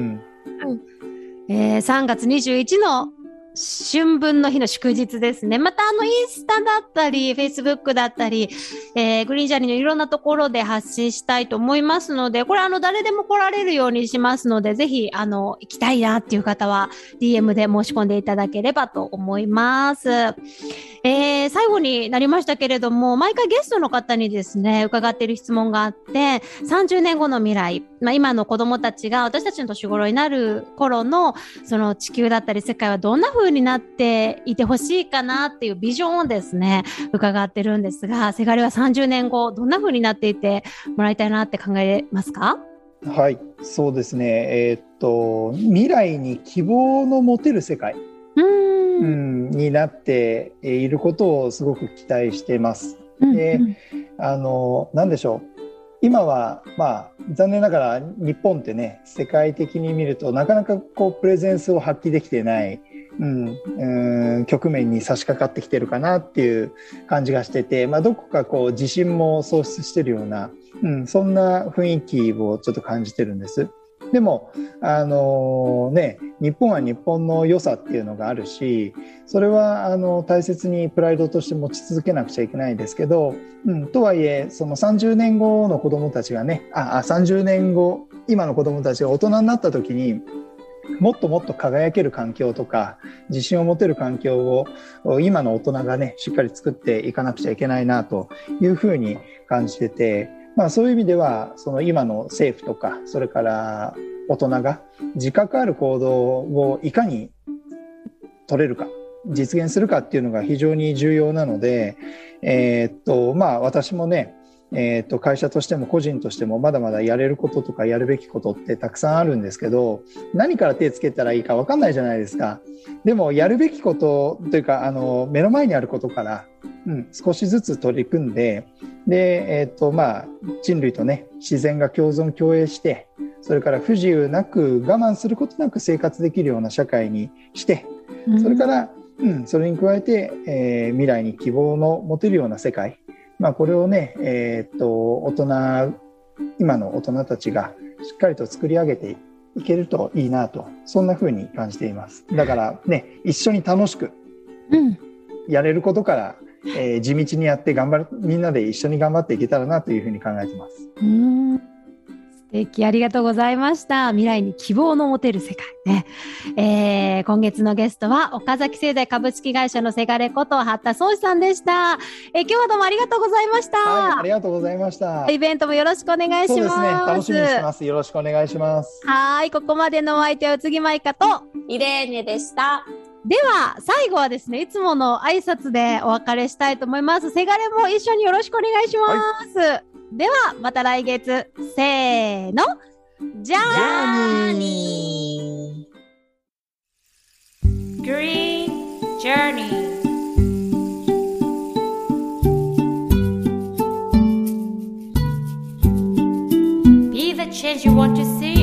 月21の春分の日の祝日ですね。またインスタだったり、フェイスブックだったり、グリーンジャーニーのいろんなところで発信したいと思いますので、これ誰でも来られるようにしますので、ぜひ行きたいなっていう方は DM で申し込んでいただければと思います。最後になりましたけれども、毎回ゲストの方にですね、伺っている質問があって、30年後の未来、今の子供たちが私たちの年頃になる頃のその地球だったり世界はどんな風になっていてほしいかなっていうビジョンをですね、伺ってるんですが、せがれは30年後どんな風になっていてもらいたいなって考えますか？ はい、そうですね。未来に希望の持てる世界になっていることをすごく期待しています。で、なんでしょう。今はまあ残念ながら日本ってね、世界的に見るとなかなかこうプレゼンスを発揮できてない、局面に差し掛かってきてるかなっていう感じがしてて、どこかこう自信も喪失してるような、そんな雰囲気をちょっと感じてるんです。でも日本は日本の良さっていうのがあるし、それは大切にプライドとして持ち続けなくちゃいけないんですけど、とはいえその30年後の子どもたちがね、30年後今の子どもたちが大人になった時にもっともっと輝ける環境とか自信を持てる環境を今の大人がねしっかり作っていかなくちゃいけないなというふうに感じてて、そういう意味ではその今の政府とかそれから大人が自覚ある行動をいかに取れるか実現するかっていうのが非常に重要なので、私もね会社としても個人としてもまだまだやれることとかやるべきことってたくさんあるんですけど、何から手つけたらいいか分かんないじゃないですか。でもやるべきことというか目の前にあることから、少しずつ取り組んで、で、人類とね自然が共存共栄して、それから不自由なく我慢することなく生活できるような社会にして、それから、それに加えて、未来に希望の持てるような世界、これをね、今の大人たちがしっかりと作り上げていけるといいなと、そんな風に感じています。だからね、一緒に楽しく、やれることから、地道にやってみんなで一緒に頑張っていけたらなというふうに考えています。 素敵、ありがとうございました。未来に希望の持てる世界ね。今月のゲストは岡崎製材株式会社のせがれこと八田宗志さんでした。今日はどうもありがとうございました。 はい、ありがとうございました。 イベントもよろしくお願いします。 そうですね、楽しみにしてます。よろしくお願いします。 はい、ここまでのお相手は宇津木舞香とイレーネでした。 では最後はですね、いつもの挨拶でお別れしたいと思います。せがれも一緒によろしくお願いします。はい、ではまた来月、せーの、じゃあにー。 Green Journey. Be the change you want to see